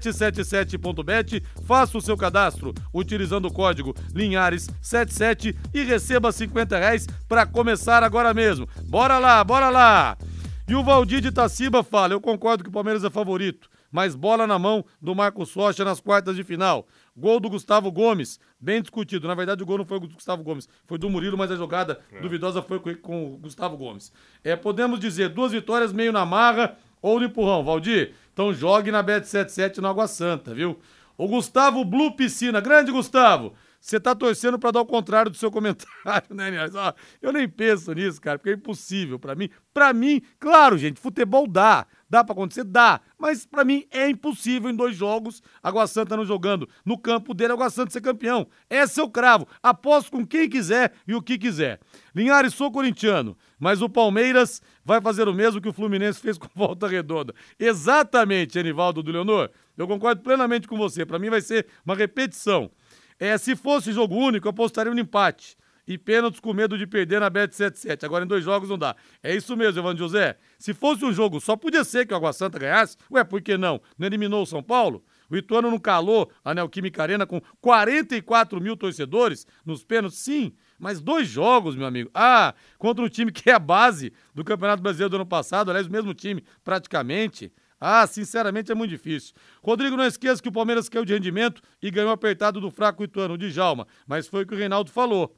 bet77.bet, faça o seu cadastro utilizando o código Linhares77 e receba R$50 para começar agora mesmo. Bora lá! E o Valdir de Itaciba fala, eu concordo que o Palmeiras é favorito, mas bola na mão do Marcos Rocha nas quartas de final. Gol do Gustavo Gomes, bem discutido. Na verdade, o gol não foi do Gustavo Gomes, foi do Murilo, mas a jogada duvidosa foi com o Gustavo Gomes. Podemos dizer, 2 vitórias meio na marra ou no empurrão, Valdir. Então jogue na Bet77 no Água Santa, viu? O Gustavo Blue Piscina, grande Gustavo. Você tá torcendo pra dar o contrário do seu comentário, né, Nias? Eu nem penso nisso, cara, porque é impossível pra mim. Pra mim, claro, gente, futebol dá. Dá pra acontecer? Dá. Mas pra mim é impossível em 2 jogos Água Santa não jogando. No campo dele, Água Santa ser campeão. Esse é o cravo. Aposto com quem quiser e o que quiser. Linhares, sou corintiano, mas o Palmeiras vai fazer o mesmo que o Fluminense fez com Volta Redonda. Exatamente, Anivaldo do Leonor. Eu concordo plenamente com você. Pra mim vai ser uma repetição. Se fosse jogo único, eu apostaria no empate. E pênaltis com medo de perder na Bet77. Agora em 2 jogos não dá. É isso mesmo, Evandro José. Se fosse um jogo só, podia ser que o Água Santa ganhasse. Ué, por que não? Não eliminou o São Paulo? O Ituano não calou a Neoquímica Arena com 44 mil torcedores nos pênaltis? Sim, mas 2 jogos, meu amigo. Contra um time que é a base do Campeonato Brasileiro do ano passado. Aliás, o mesmo time, praticamente. Sinceramente é muito difícil. Rodrigo, não esqueça que o Palmeiras caiu de rendimento e ganhou apertado do fraco Ituano, de Djalma. Mas foi o que o Reinaldo falou.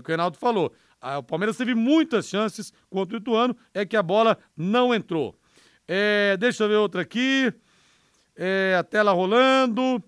O Palmeiras teve muitas chances contra o Ituano, é que a bola não entrou. Deixa eu ver outra aqui. A tela rolando.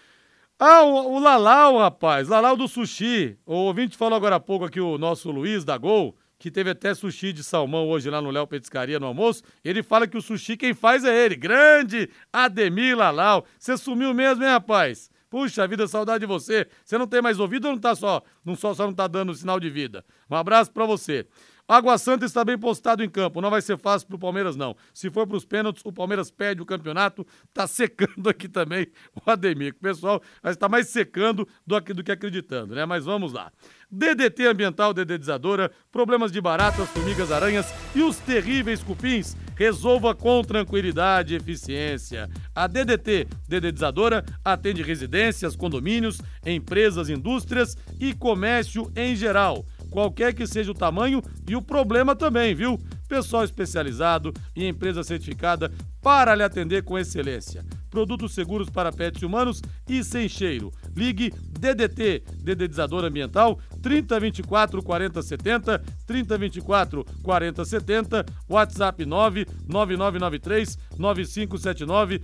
O Lalau, rapaz. Lalau do Sushi. O ouvinte falou agora há pouco aqui, o nosso Luiz da Gol, que teve até sushi de salmão hoje lá no Léo Petiscaria no almoço. Ele fala que o sushi quem faz é ele. Grande Ademir Lalau. Você sumiu mesmo, hein, rapaz? Puxa vida, saudade de você. Você não tem mais ouvido ou só não tá dando sinal de vida? Um abraço pra você. Água Santa está bem postado em campo, não vai ser fácil pro Palmeiras não. Se for pros pênaltis, o Palmeiras perde o campeonato, tá secando aqui também o Ademir. O pessoal vai estar mais secando do que acreditando, né? Mas vamos lá. DDT Ambiental Dedetizadora, problemas de baratas, formigas, aranhas e os terríveis cupins, resolva com tranquilidade e eficiência. A DDT Dedetizadora atende residências, condomínios, empresas, indústrias e comércio em geral. Qualquer que seja o tamanho e o problema também, viu? Pessoal especializado e empresa certificada para lhe atender com excelência. Produtos seguros para pets humanos e sem cheiro. Ligue DDT, Dedetizador Ambiental, 3024 4070, 3024 4070, WhatsApp 99993 9579,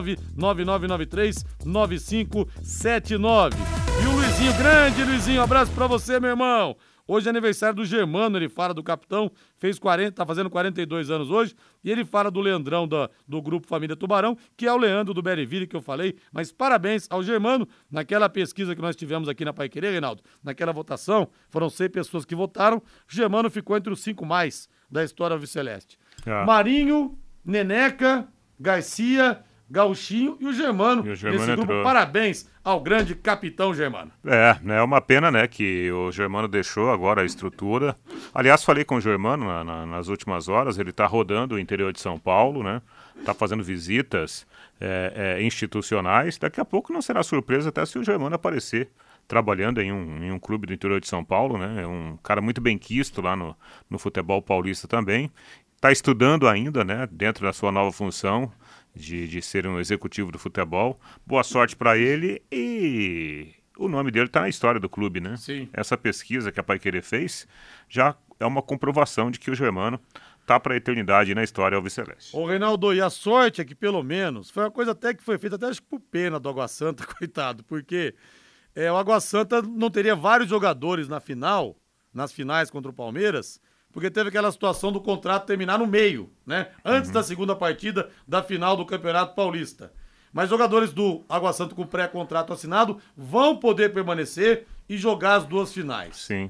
99993 9579. E o Luizinho, grande Luizinho, abraço pra você, meu irmão. Hoje é aniversário do Germano, ele fala do capitão, tá fazendo 42 anos hoje, e ele fala do Leandrão do Grupo Família Tubarão, que é o Leandro do Beriville, que eu falei, mas parabéns ao Germano, naquela pesquisa que nós tivemos aqui na Paiquerê, Reinaldo, naquela votação, foram 100 pessoas que votaram, o Germano ficou entre os 5 mais da história Alviceleste. Marinho, Neneca, Garcia, Gauchinho e o Germano nesse grupo. Entrou. Parabéns ao grande capitão Germano. É uma pena, né, que o Germano deixou agora a estrutura. Aliás, falei com o Germano nas últimas horas, ele está rodando o interior de São Paulo, né, está fazendo visitas institucionais. Daqui a pouco não será surpresa até se o Germano aparecer trabalhando em um clube do interior de São Paulo, né, é um cara muito bem quisto lá no futebol paulista também. Está estudando ainda, né, dentro da sua nova função, de ser um executivo do futebol. Boa sorte para ele e o nome dele está na história do clube, né? Sim. Essa pesquisa que a Paiquerê fez já é uma comprovação de que o Germano tá para a eternidade na história alviceleste. Ô Reinaldo, e a sorte é que pelo menos foi uma coisa até que foi feita até acho que por pena do Água Santa, coitado, porque o Água Santa não teria vários jogadores nas finais contra o Palmeiras, porque teve aquela situação do contrato terminar no meio, né? Antes da segunda partida da final do Campeonato Paulista. Mas jogadores do Água Santa com pré-contrato assinado vão poder permanecer e jogar as 2 finais. Sim.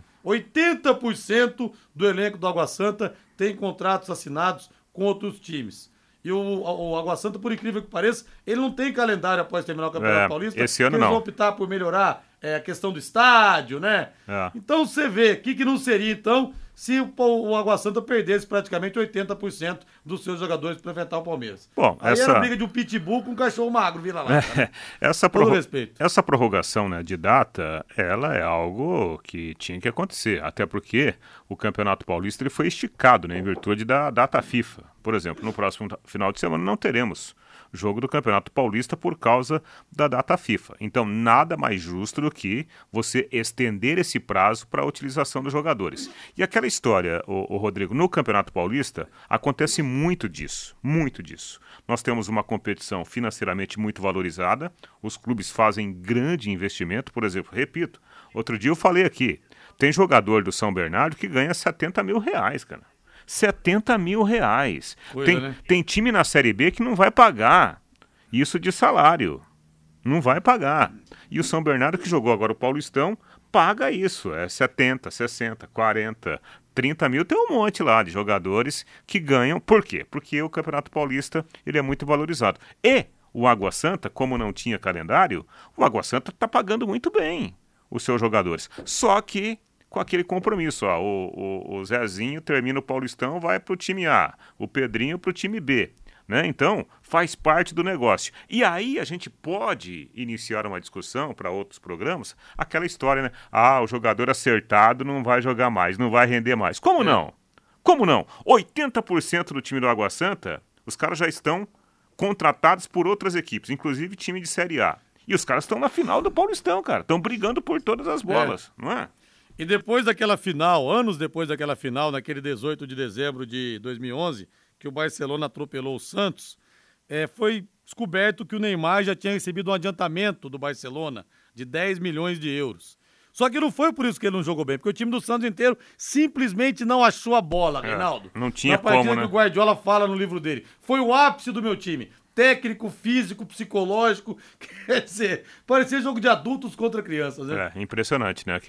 80% do elenco do Água Santa tem contratos assinados com outros times. E o Água Santa, por incrível que pareça, ele não tem calendário após terminar o Campeonato Paulista. Esse ano eles não. vão optar por melhorar a questão do estádio, né? Então você vê, o que não seria então se o Água Santa perdesse praticamente 80% dos seus jogadores para enfrentar o Palmeiras. Bom, aí era briga de um pitbull com um cachorro magro, vira lá. Essa prorrogação, né, de data, ela é algo que tinha que acontecer, até porque o Campeonato Paulista ele foi esticado, né, em virtude da data FIFA. Por exemplo, no próximo final de semana não teremos jogo do Campeonato Paulista por causa da data FIFA. Então, nada mais justo do que você estender esse prazo para a utilização dos jogadores. E aquela história, o Rodrigo, no Campeonato Paulista, acontece muito disso, muito disso. Nós temos uma competição financeiramente muito valorizada, os clubes fazem grande investimento, por exemplo, repito, outro dia eu falei aqui, tem jogador do São Bernardo que ganha 70 mil reais, cara. 70 mil reais. Tem time na Série B que não vai pagar isso de salário. Não vai pagar. E o São Bernardo, que jogou agora o Paulistão, paga isso. É 70, 60, 40, 30 mil. Tem um monte lá de jogadores que ganham. Por quê? Porque o Campeonato Paulista ele é muito valorizado. E o Água Santa, como não tinha calendário, o Água Santa está pagando muito bem os seus jogadores. Só que com aquele compromisso, o Zezinho termina o Paulistão, vai para o time A, o Pedrinho para o time B, né? Então, faz parte do negócio. E aí a gente pode iniciar uma discussão para outros programas, aquela história, né? O jogador acertado não vai jogar mais, não vai render mais. Como não? Como não? 80% do time do Água Santa, os caras já estão contratados por outras equipes, inclusive time de Série A. E os caras estão na final do Paulistão, cara. Estão brigando por todas as bolas, não é? E depois daquela final, anos depois daquela final, naquele 18 de dezembro de 2011, que o Barcelona atropelou o Santos, foi descoberto que o Neymar já tinha recebido um adiantamento do Barcelona de 10 milhões de euros. Só que não foi por isso que ele não jogou bem, porque o time do Santos inteiro simplesmente não achou a bola, Reinaldo. Não tinha como, né? Na partida que o Guardiola fala no livro dele. Foi o ápice do meu time. Técnico, físico, psicológico, quer dizer, parecia jogo de adultos contra crianças, né? Impressionante, né?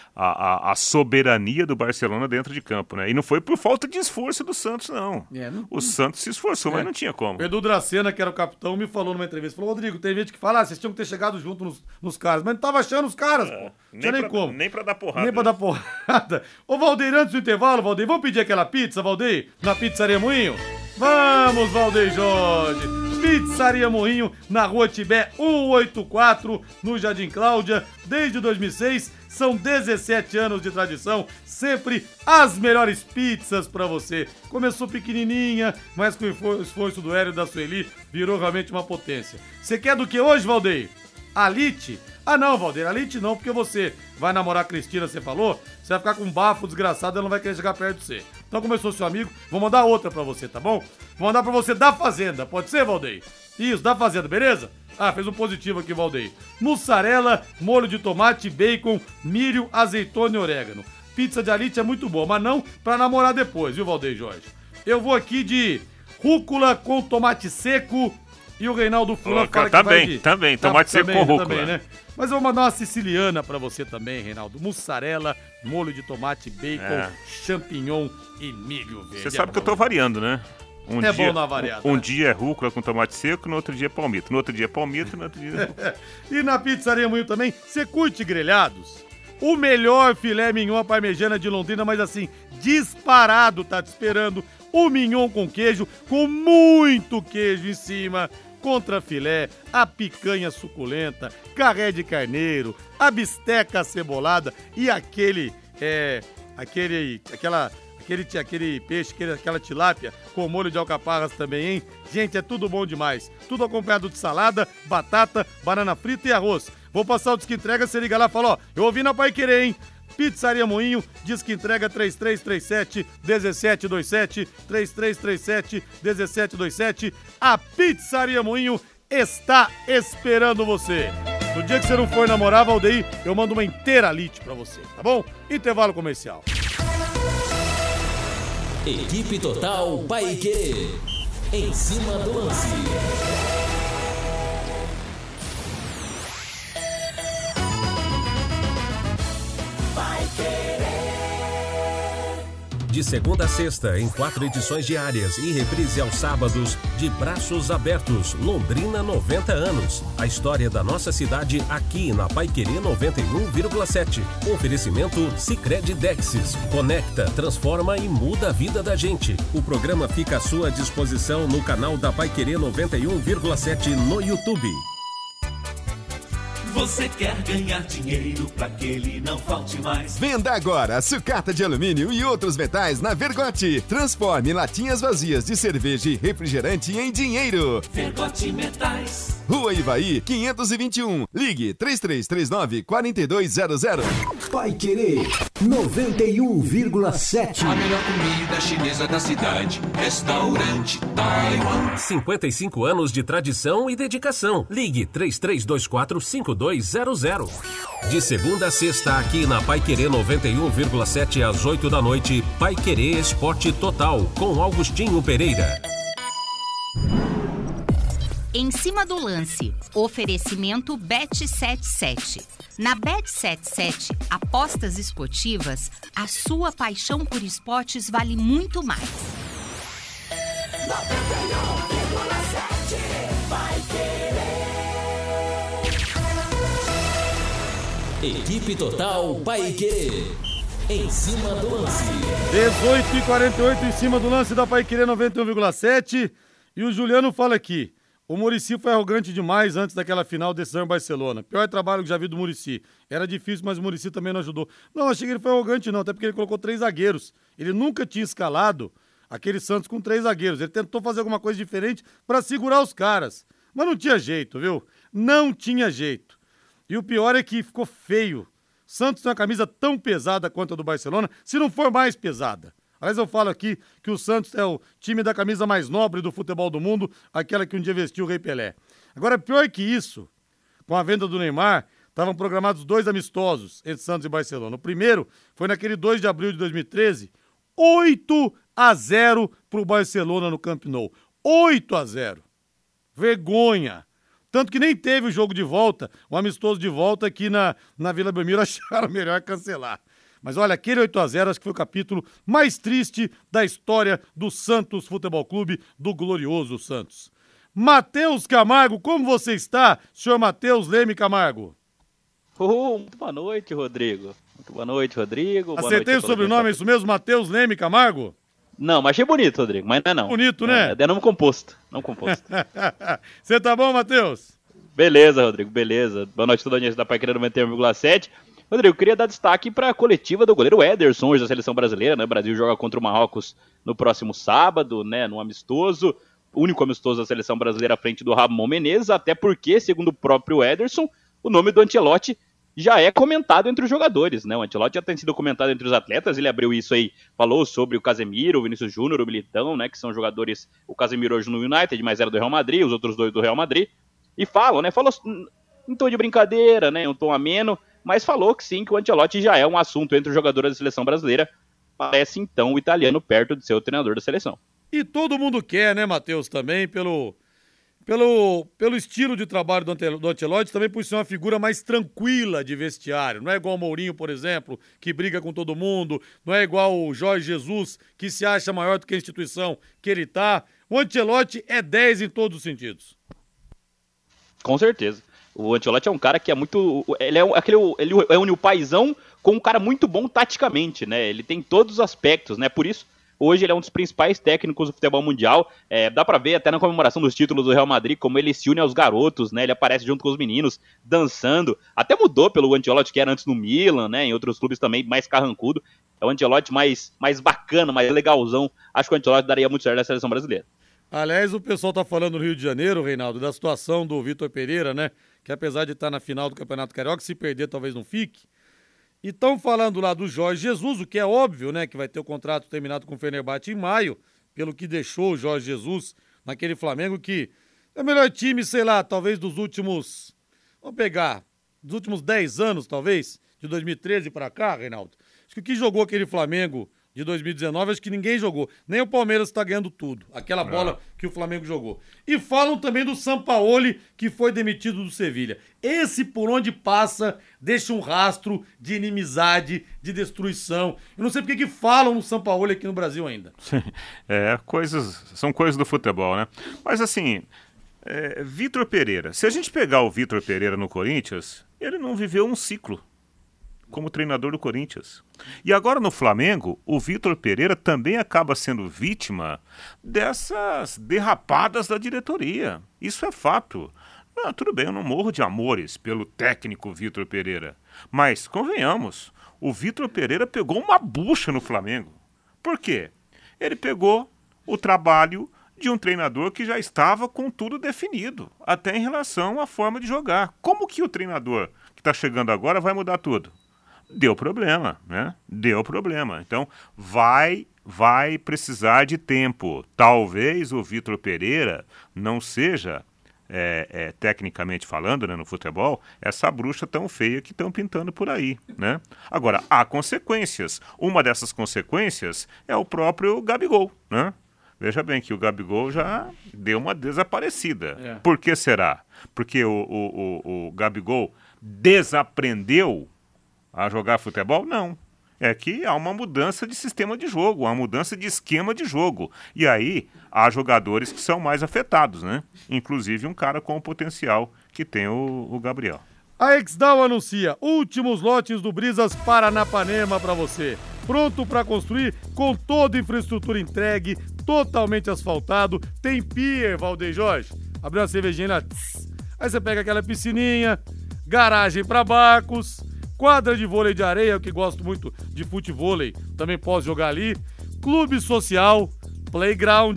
A soberania do Barcelona dentro de campo, né? E não foi por falta de esforço do Santos, não. O Santos se esforçou, mas não tinha como. O Edu Dracena, que era o capitão, me falou numa entrevista, falou, Rodrigo, tem gente que fala, vocês tinham que ter chegado junto nos caras, mas não tava achando os caras, pô. Não tinha nem como. Nem pra dar porrada. Nem pra dar porrada. Ô, Valdeir, antes do intervalo, Valdeir, vamos pedir aquela pizza, Valdeir? Na Pizzaria Moinho? Vamos, Valdeir Jorge! Pizzaria Moinho, na Rua Tibé 184, no Jardim Cláudia. Desde 2006, são 17 anos de tradição, sempre as melhores pizzas pra você. Começou pequenininha, mas com o esforço do Hélio e da Sueli, virou realmente uma potência. Você quer do que hoje, Valdeir? Alite? Ah não, Valdeir, Alite não, porque você vai namorar a Cristina, você falou, você vai ficar com um bafo desgraçado, ela não vai querer chegar perto de você. Então começou seu amigo, vou mandar outra pra você, tá bom? Vou mandar pra você da Fazenda, pode ser, Valdeir? Isso, da Fazenda, beleza? Fez um positivo aqui, Valdeir. Mussarela, molho de tomate, bacon, milho, azeitona e orégano. pizza de Alite é muito boa, mas não pra namorar depois, viu, Valdeir Jorge? Eu vou aqui de rúcula com tomate seco e o Reinaldo Fulan fala que vai de... Também, tomate seco com rúcula. Também, né? Mas eu vou mandar uma siciliana pra você também, Reinaldo. Mussarela, molho de tomate, bacon, champignon e milho verde. Você sabe que eu tô variando, né? Bom na variada. Um dia é rúcula com tomate seco, no outro dia é palmito. No outro dia é palmito, no outro dia... E na Pizzaria Moinho também, você curte grelhados? O melhor filé mignon à parmegiana de Londrina, mas assim, disparado, tá te esperando. O mignon com queijo, com muito queijo em cima, contra filé, a picanha suculenta, carré de carneiro, a bisteca acebolada e aquele peixe, aquela tilápia com molho de alcaparras também, hein? Gente, é tudo bom demais. Tudo acompanhado de salada, batata, banana frita e arroz. Vou passar o Disque Entrega, você liga lá e fala, ó, eu ouvi na Paiquerê, hein? Pizzaria Moinho, Disque Entrega 3337-1727, 3337-1727. A Pizzaria Moinho está esperando você. No dia que você não for namorar, Valdeir, eu mando uma inteira Alite pra você, tá bom? Intervalo comercial. Equipe Total Paiquerê. Em cima do lance. De segunda a sexta, em 4 edições diárias e reprise aos sábados, de Braços Abertos, Londrina 90 anos. A história da nossa cidade aqui na Paiquerê 91,7. Oferecimento Sicredi Dexis. Conecta, transforma e muda a vida da gente. O programa fica à sua disposição no canal da Paiquerê 91,7 no YouTube. Você quer ganhar dinheiro pra que ele não falte mais? Venda agora sucata de alumínio e outros metais na Vergote. Transforme latinhas vazias de cerveja e refrigerante em dinheiro. Vergote Metais. Rua Ivaí, 521. Ligue 3339-4200. Paiquerê 91,7. A melhor comida chinesa da cidade. Restaurante Taiwan. 55 anos de tradição e dedicação. Ligue 3324-5200. De segunda a sexta, aqui na Paiquerê 91,7 às 8 da noite, Paiquerê Esporte Total, com Augustinho Pereira. Em cima do lance, oferecimento Bet77. Na Bet77, apostas esportivas, a sua paixão por esportes vale muito mais. 91,7 Paiquerê. Equipe Total Paiquerê. Em cima do lance. 18h48 em cima do lance da Paiquerê 91,7. E o Juliano fala aqui. O Muricy foi arrogante demais antes daquela final decisão em Barcelona. Pior trabalho que já vi do Muricy. Era difícil, mas o Muricy também não ajudou. Não, achei que ele foi arrogante não, até porque ele colocou 3 zagueiros. Ele nunca tinha escalado aquele Santos com 3 zagueiros. Ele tentou fazer alguma coisa diferente para segurar os caras. Mas não tinha jeito, viu? Não tinha jeito. E o pior é que ficou feio. Santos tem uma camisa tão pesada quanto a do Barcelona, se não for mais pesada. Aliás, eu falo aqui que o Santos é o time da camisa mais nobre do futebol do mundo, aquela que um dia vestiu o Rei Pelé. Agora, pior que isso, com a venda do Neymar, estavam programados 2 amistosos entre Santos e Barcelona. O primeiro foi naquele 2 de abril de 2013, 8-0 pro Barcelona no Camp Nou. 8-0. Vergonha. Tanto que nem teve o jogo de volta, o amistoso de volta aqui na Vila Belmiro, acharam melhor cancelar. Mas olha, aquele 8-0 acho que foi o capítulo mais triste da história do Santos Futebol Clube, do glorioso Santos. Matheus Camargo, como você está, senhor Matheus Leme Camargo? Muito boa noite, Rodrigo. Muito boa noite, Rodrigo. Acertei o sobrenome, é isso mesmo, Matheus Leme Camargo? Não, mas achei bonito, Rodrigo, mas não é não. Bonito, né? É nome composto, não composto. Você tá bom, Matheus? Beleza, Rodrigo, beleza. Boa noite a toda a gente da Paiquerê 91,7. Rodrigo, queria dar destaque para a coletiva do goleiro Ederson, hoje da seleção brasileira, né? O Brasil joga contra o Marrocos no próximo sábado, né? No amistoso, o único amistoso da seleção brasileira à frente do Ramon Menezes, até porque, segundo o próprio Ederson, o nome do Ancelotti já é comentado entre os jogadores, né? O Ancelotti já tem sido comentado entre os atletas, ele abriu isso aí, falou sobre o Casemiro, o Vinícius Júnior, o Militão, né? Que são jogadores, o Casemiro hoje no United, mas era do Real Madrid, os outros 2 do Real Madrid, e falam, né? Falou em tom de brincadeira, né? Um tom ameno, mas falou que sim, que o Ancelotti já é um assunto entre os jogadores da seleção brasileira. Parece então o italiano perto de ser o treinador da seleção. E todo mundo quer, né, Matheus, também pelo estilo de trabalho do Ancelotti, também por ser uma figura mais tranquila de vestiário. Não é igual o Mourinho, por exemplo, que briga com todo mundo. Não é igual o Jorge Jesus, que se acha maior do que a instituição que ele tá. O Ancelotti é 10 em todos os sentidos. Com certeza. O Ancelotti é um cara que é muito... Ele une o paizão com um cara muito bom taticamente, né? Ele tem todos os aspectos, né? Por isso, hoje ele é um dos principais técnicos do futebol mundial. Dá pra ver até na comemoração dos títulos do Real Madrid como ele se une aos garotos, né? Ele aparece junto com os meninos, dançando. Até mudou pelo Ancelotti que era antes no Milan, né? Em outros clubes também, mais carrancudo. É o Ancelotti mais bacana, mais legalzão. Acho que o Ancelotti daria muito certo na seleção brasileira. Aliás, o pessoal tá falando no Rio de Janeiro, Reinaldo, da situação do Vitor Pereira, né? Que apesar de estar na final do Campeonato Carioca, se perder talvez não fique. E estão falando lá do Jorge Jesus, o que é óbvio, né? Que vai ter o contrato terminado com o Fenerbahçe em maio, pelo que deixou o Jorge Jesus naquele Flamengo que é o melhor time, sei lá, talvez dos últimos... Vamos pegar, dos últimos 10 anos, talvez, de 2013 pra cá, Reinaldo. Acho que o que jogou aquele Flamengo de 2019, acho que ninguém jogou. Nem o Palmeiras está ganhando tudo. Aquela bola que o Flamengo jogou. E falam também do Sampaoli, que foi demitido do Sevilha. Esse, por onde passa, deixa um rastro de inimizade, de destruição. Eu não sei porque que falam no Sampaoli aqui no Brasil ainda. São coisas do futebol, né? Mas assim, Vitor Pereira. Se a gente pegar o Vitor Pereira no Corinthians, ele não viveu um ciclo como treinador do Corinthians. E agora no Flamengo, o Vitor Pereira também acaba sendo vítima dessas derrapadas da diretoria. Isso é fato. Não, tudo bem, eu não morro de amores pelo técnico Vitor Pereira. Mas, convenhamos, o Vitor Pereira pegou uma bucha no Flamengo. Por quê? Ele pegou o trabalho de um treinador que já estava com tudo definido, até em relação à forma de jogar. Como que o treinador que está chegando agora vai mudar tudo? Deu problema, né? Deu problema. Então, vai precisar de tempo. Talvez o Vitor Pereira não seja, tecnicamente falando, né, no futebol, essa bruxa tão feia que estão pintando por aí, né? Agora, há consequências. Uma dessas consequências é o próprio Gabigol, né? Veja bem que o Gabigol já deu uma desaparecida. Por que será? Porque o Gabigol desaprendeu a jogar futebol? Não. É que há uma mudança de sistema de jogo, uma mudança de esquema de jogo. E aí, há jogadores que são mais afetados, né? Inclusive um cara com o potencial que tem o Gabriel. A Exdal anuncia últimos lotes do Brisas Paranapanema para você. Pronto para construir, com toda a infraestrutura entregue, totalmente asfaltado. Tem pier, Valdeir Jorge. Abriu uma cervejinha, aí você pega aquela piscininha, garagem para barcos, quadra de vôlei de areia, eu que gosto muito de futevôlei, também posso jogar ali. Clube social, playground,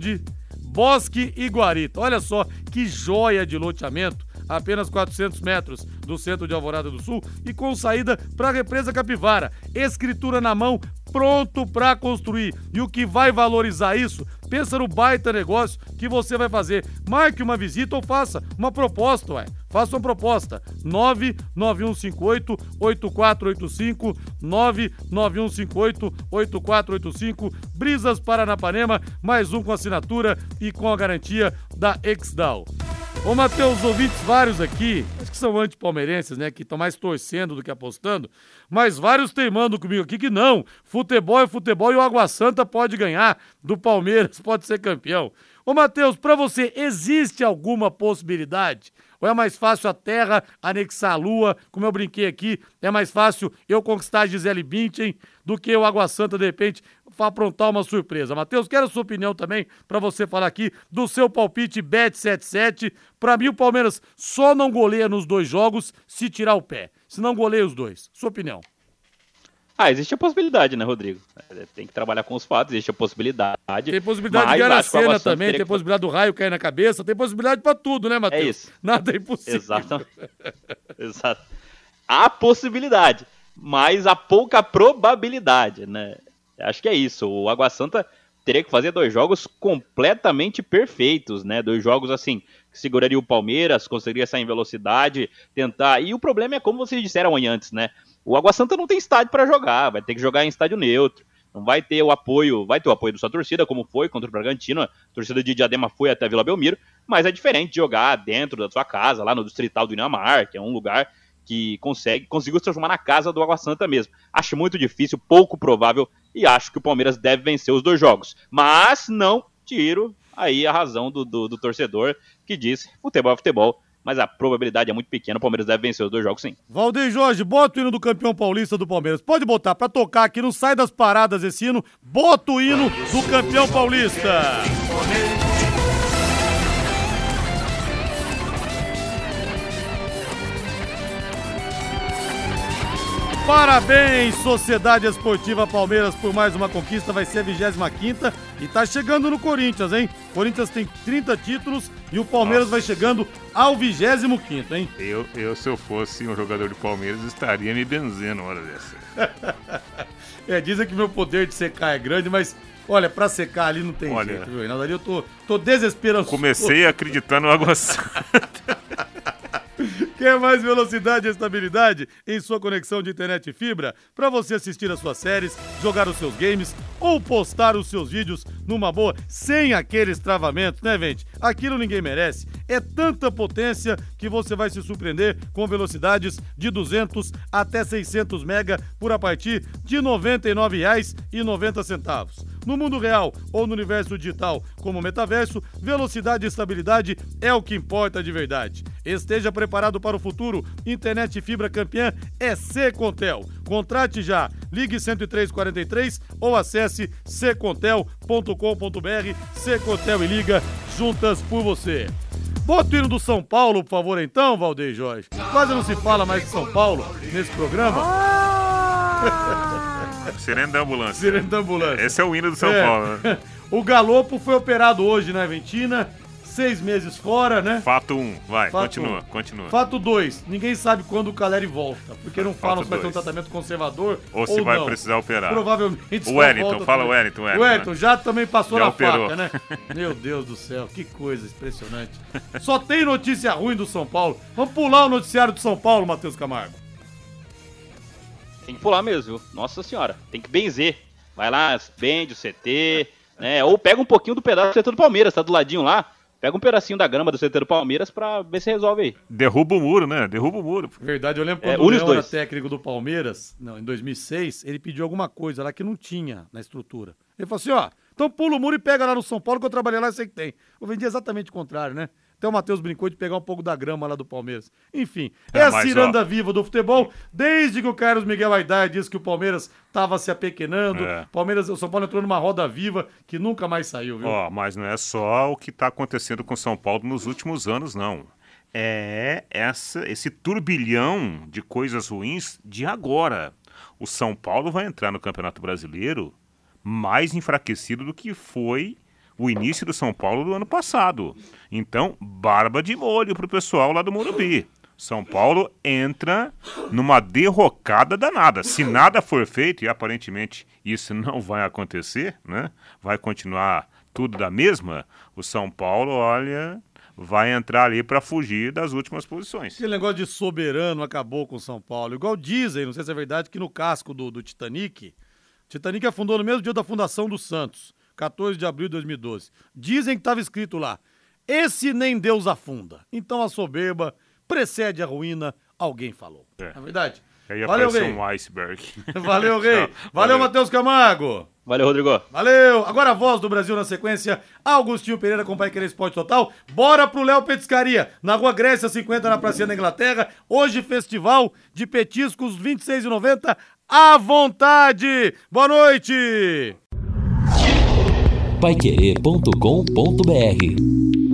bosque e guarita. Olha só que joia de loteamento. Apenas 400 metros do centro de Alvorada do Sul e com saída para a Represa Capivara. Escritura na mão, pronto para construir. E o que vai valorizar isso? Pensa no baita negócio que você vai fazer. Marque uma visita ou faça uma proposta, ué. Faça uma proposta. 99158-8485, 99158-8485, Brisas Paranapanema, mais um com assinatura e com a garantia da Exdal. Ô, Matheus, ouvintes vários aqui, acho que são antipalmeirenses, né, que estão mais torcendo do que apostando, mas vários teimando comigo aqui que não, futebol é futebol e o Água Santa pode ganhar do Palmeiras, pode ser campeão. Ô, Matheus, pra você, existe alguma possibilidade? Ou é mais fácil a Terra anexar a Lua, como eu brinquei aqui, é mais fácil eu conquistar a Gisele Bündchen do que o Água Santa, de repente, aprontar uma surpresa? Matheus, quero a sua opinião também para você falar aqui do seu palpite Bet77. Para mim, o Palmeiras só não goleia nos 2 jogos se tirar o pé. Se não goleia os 2. Sua opinião. Existe a possibilidade, né, Rodrigo? Tem que trabalhar com os fatos, existe a possibilidade. Tem possibilidade de Garacena também, tem possibilidade do raio cair na cabeça, tem possibilidade pra tudo, né, Matheus? É isso. Nada é impossível. Exatamente. Exato. Há possibilidade, mas há pouca probabilidade, né? Acho que é isso. O Água Santa teria que fazer 2 jogos completamente perfeitos, né? 2 jogos assim, que seguraria o Palmeiras, conseguiria sair em velocidade, tentar. E o problema é como vocês disseram aí antes, né? O Água Santa não tem estádio para jogar, vai ter que jogar em estádio neutro. Não vai ter o apoio, vai ter o apoio da sua torcida, como foi contra o Bragantino. A torcida de Diadema foi até a Vila Belmiro, mas é diferente de jogar dentro da sua casa, lá no Distrital do Inhamar, que é um lugar que conseguiu se transformar na casa do Água Santa mesmo. Acho muito difícil, pouco provável, e acho que o Palmeiras deve vencer os 2 jogos. Mas não tiro aí a razão do torcedor que diz futebol é futebol, mas a probabilidade é muito pequena, o Palmeiras deve vencer os 2 jogos sim. Valdeir Jorge, bota o hino do campeão paulista do Palmeiras. Pode botar pra tocar aqui, não sai das paradas esse hino. Bota o hino do campeão paulista. Parabéns, Sociedade Esportiva Palmeiras, por mais uma conquista. Vai ser a 25ª e tá chegando no Corinthians, hein? O Corinthians tem 30 títulos e o Palmeiras vai chegando ao 25º, hein? Eu, se eu fosse um jogador de Palmeiras, estaria me benzendo uma hora dessa. Dizem que meu poder de secar é grande, mas olha, pra secar ali não tem jeito, viu, Reinaldo? Ali eu tô desesperançoso. Comecei a acreditar no Água Santa. Quer mais velocidade e estabilidade em sua conexão de internet e fibra? Para você assistir as suas séries, jogar os seus games ou postar os seus vídeos numa boa, sem aqueles travamentos, né, gente? Aquilo ninguém merece. É tanta potência que você vai se surpreender com velocidades de 200 até 600 mega por a partir de R$ 99,90. No mundo real ou no universo digital, como metaverso, velocidade e estabilidade é o que importa de verdade. Esteja preparado para o futuro. Internet fibra campeã é Secontel. Contrate já. Ligue 10343 ou acesse secontel.com.br. Secontel e liga, juntas por você. Bota o hino do São Paulo, por favor, então, Valdeir Jorge. Quase não se fala mais de São Paulo nesse programa. Sirene da ambulância. Sirene da ambulância. Esse é o hino do São Paulo, né? O Galopo foi operado hoje na Argentina, 6 meses fora, né? Fato 1, vai, Fato continua. Fato 2, ninguém sabe quando o Caleri volta, porque não falam se vai ter um tratamento conservador ou se vai precisar operar. Provavelmente o Wellington, fala o Wellington. O Wellington já também passou já na operou. faca, né? Meu Deus do céu, que coisa impressionante. Só tem notícia ruim do São Paulo. Vamos pular o noticiário do São Paulo, Matheus Camargo. Tem que pular mesmo, viu? Nossa senhora, tem que benzer. Vai lá, vende o CT, né? Ou pega um pouquinho do pedaço do CT do Palmeiras, tá do ladinho lá. Pega um pedacinho da grama do CT do Palmeiras pra ver se resolve aí. Derruba o muro, né? Derruba o muro. Verdade, eu lembro quando o Leão era técnico do Palmeiras, em 2006, ele pediu alguma coisa lá que não tinha na estrutura. Ele falou assim, ó, então pula o muro e pega lá no São Paulo que eu trabalhei lá e sei que tem. Eu vendi exatamente o contrário, né? Até o Matheus brincou de pegar um pouco da grama lá do Palmeiras. Enfim, é a ciranda viva do futebol. Desde que o Carlos Miguel Aidar disse que o Palmeiras estava se apequenando, o São Paulo entrou numa roda viva que nunca mais saiu, viu? Mas não é só o que está acontecendo com o São Paulo nos últimos anos, não. É esse turbilhão de coisas ruins de agora. O São Paulo vai entrar no Campeonato Brasileiro mais enfraquecido do que foi o início do São Paulo do ano passado. Então, barba de molho pro pessoal lá do Morumbi. São Paulo entra numa derrocada danada. Se nada for feito, e aparentemente isso não vai acontecer, né? Vai continuar tudo da mesma, o São Paulo, olha, vai entrar ali para fugir das últimas posições. Aquele negócio de soberano acabou com o São Paulo. Igual dizem, não sei se é verdade, que no casco do Titanic afundou no mesmo dia da fundação do Santos. 14 de abril de 2012. Dizem que estava escrito lá, esse nem Deus afunda. Então a soberba precede a ruína, alguém falou. É verdade? Aí apareceu um iceberg. Valeu, Rei. Valeu, Matheus Camargo. Valeu, Rodrigo. Valeu. Agora a voz do Brasil na sequência, Augustinho Pereira com Pai Querer Esporte Total. Bora pro Léo Petiscaria, na Rua Grécia 50, na Pracinha da Inglaterra. Hoje festival de petiscos, R$26,90 à vontade. Boa noite. paiquerê.com.br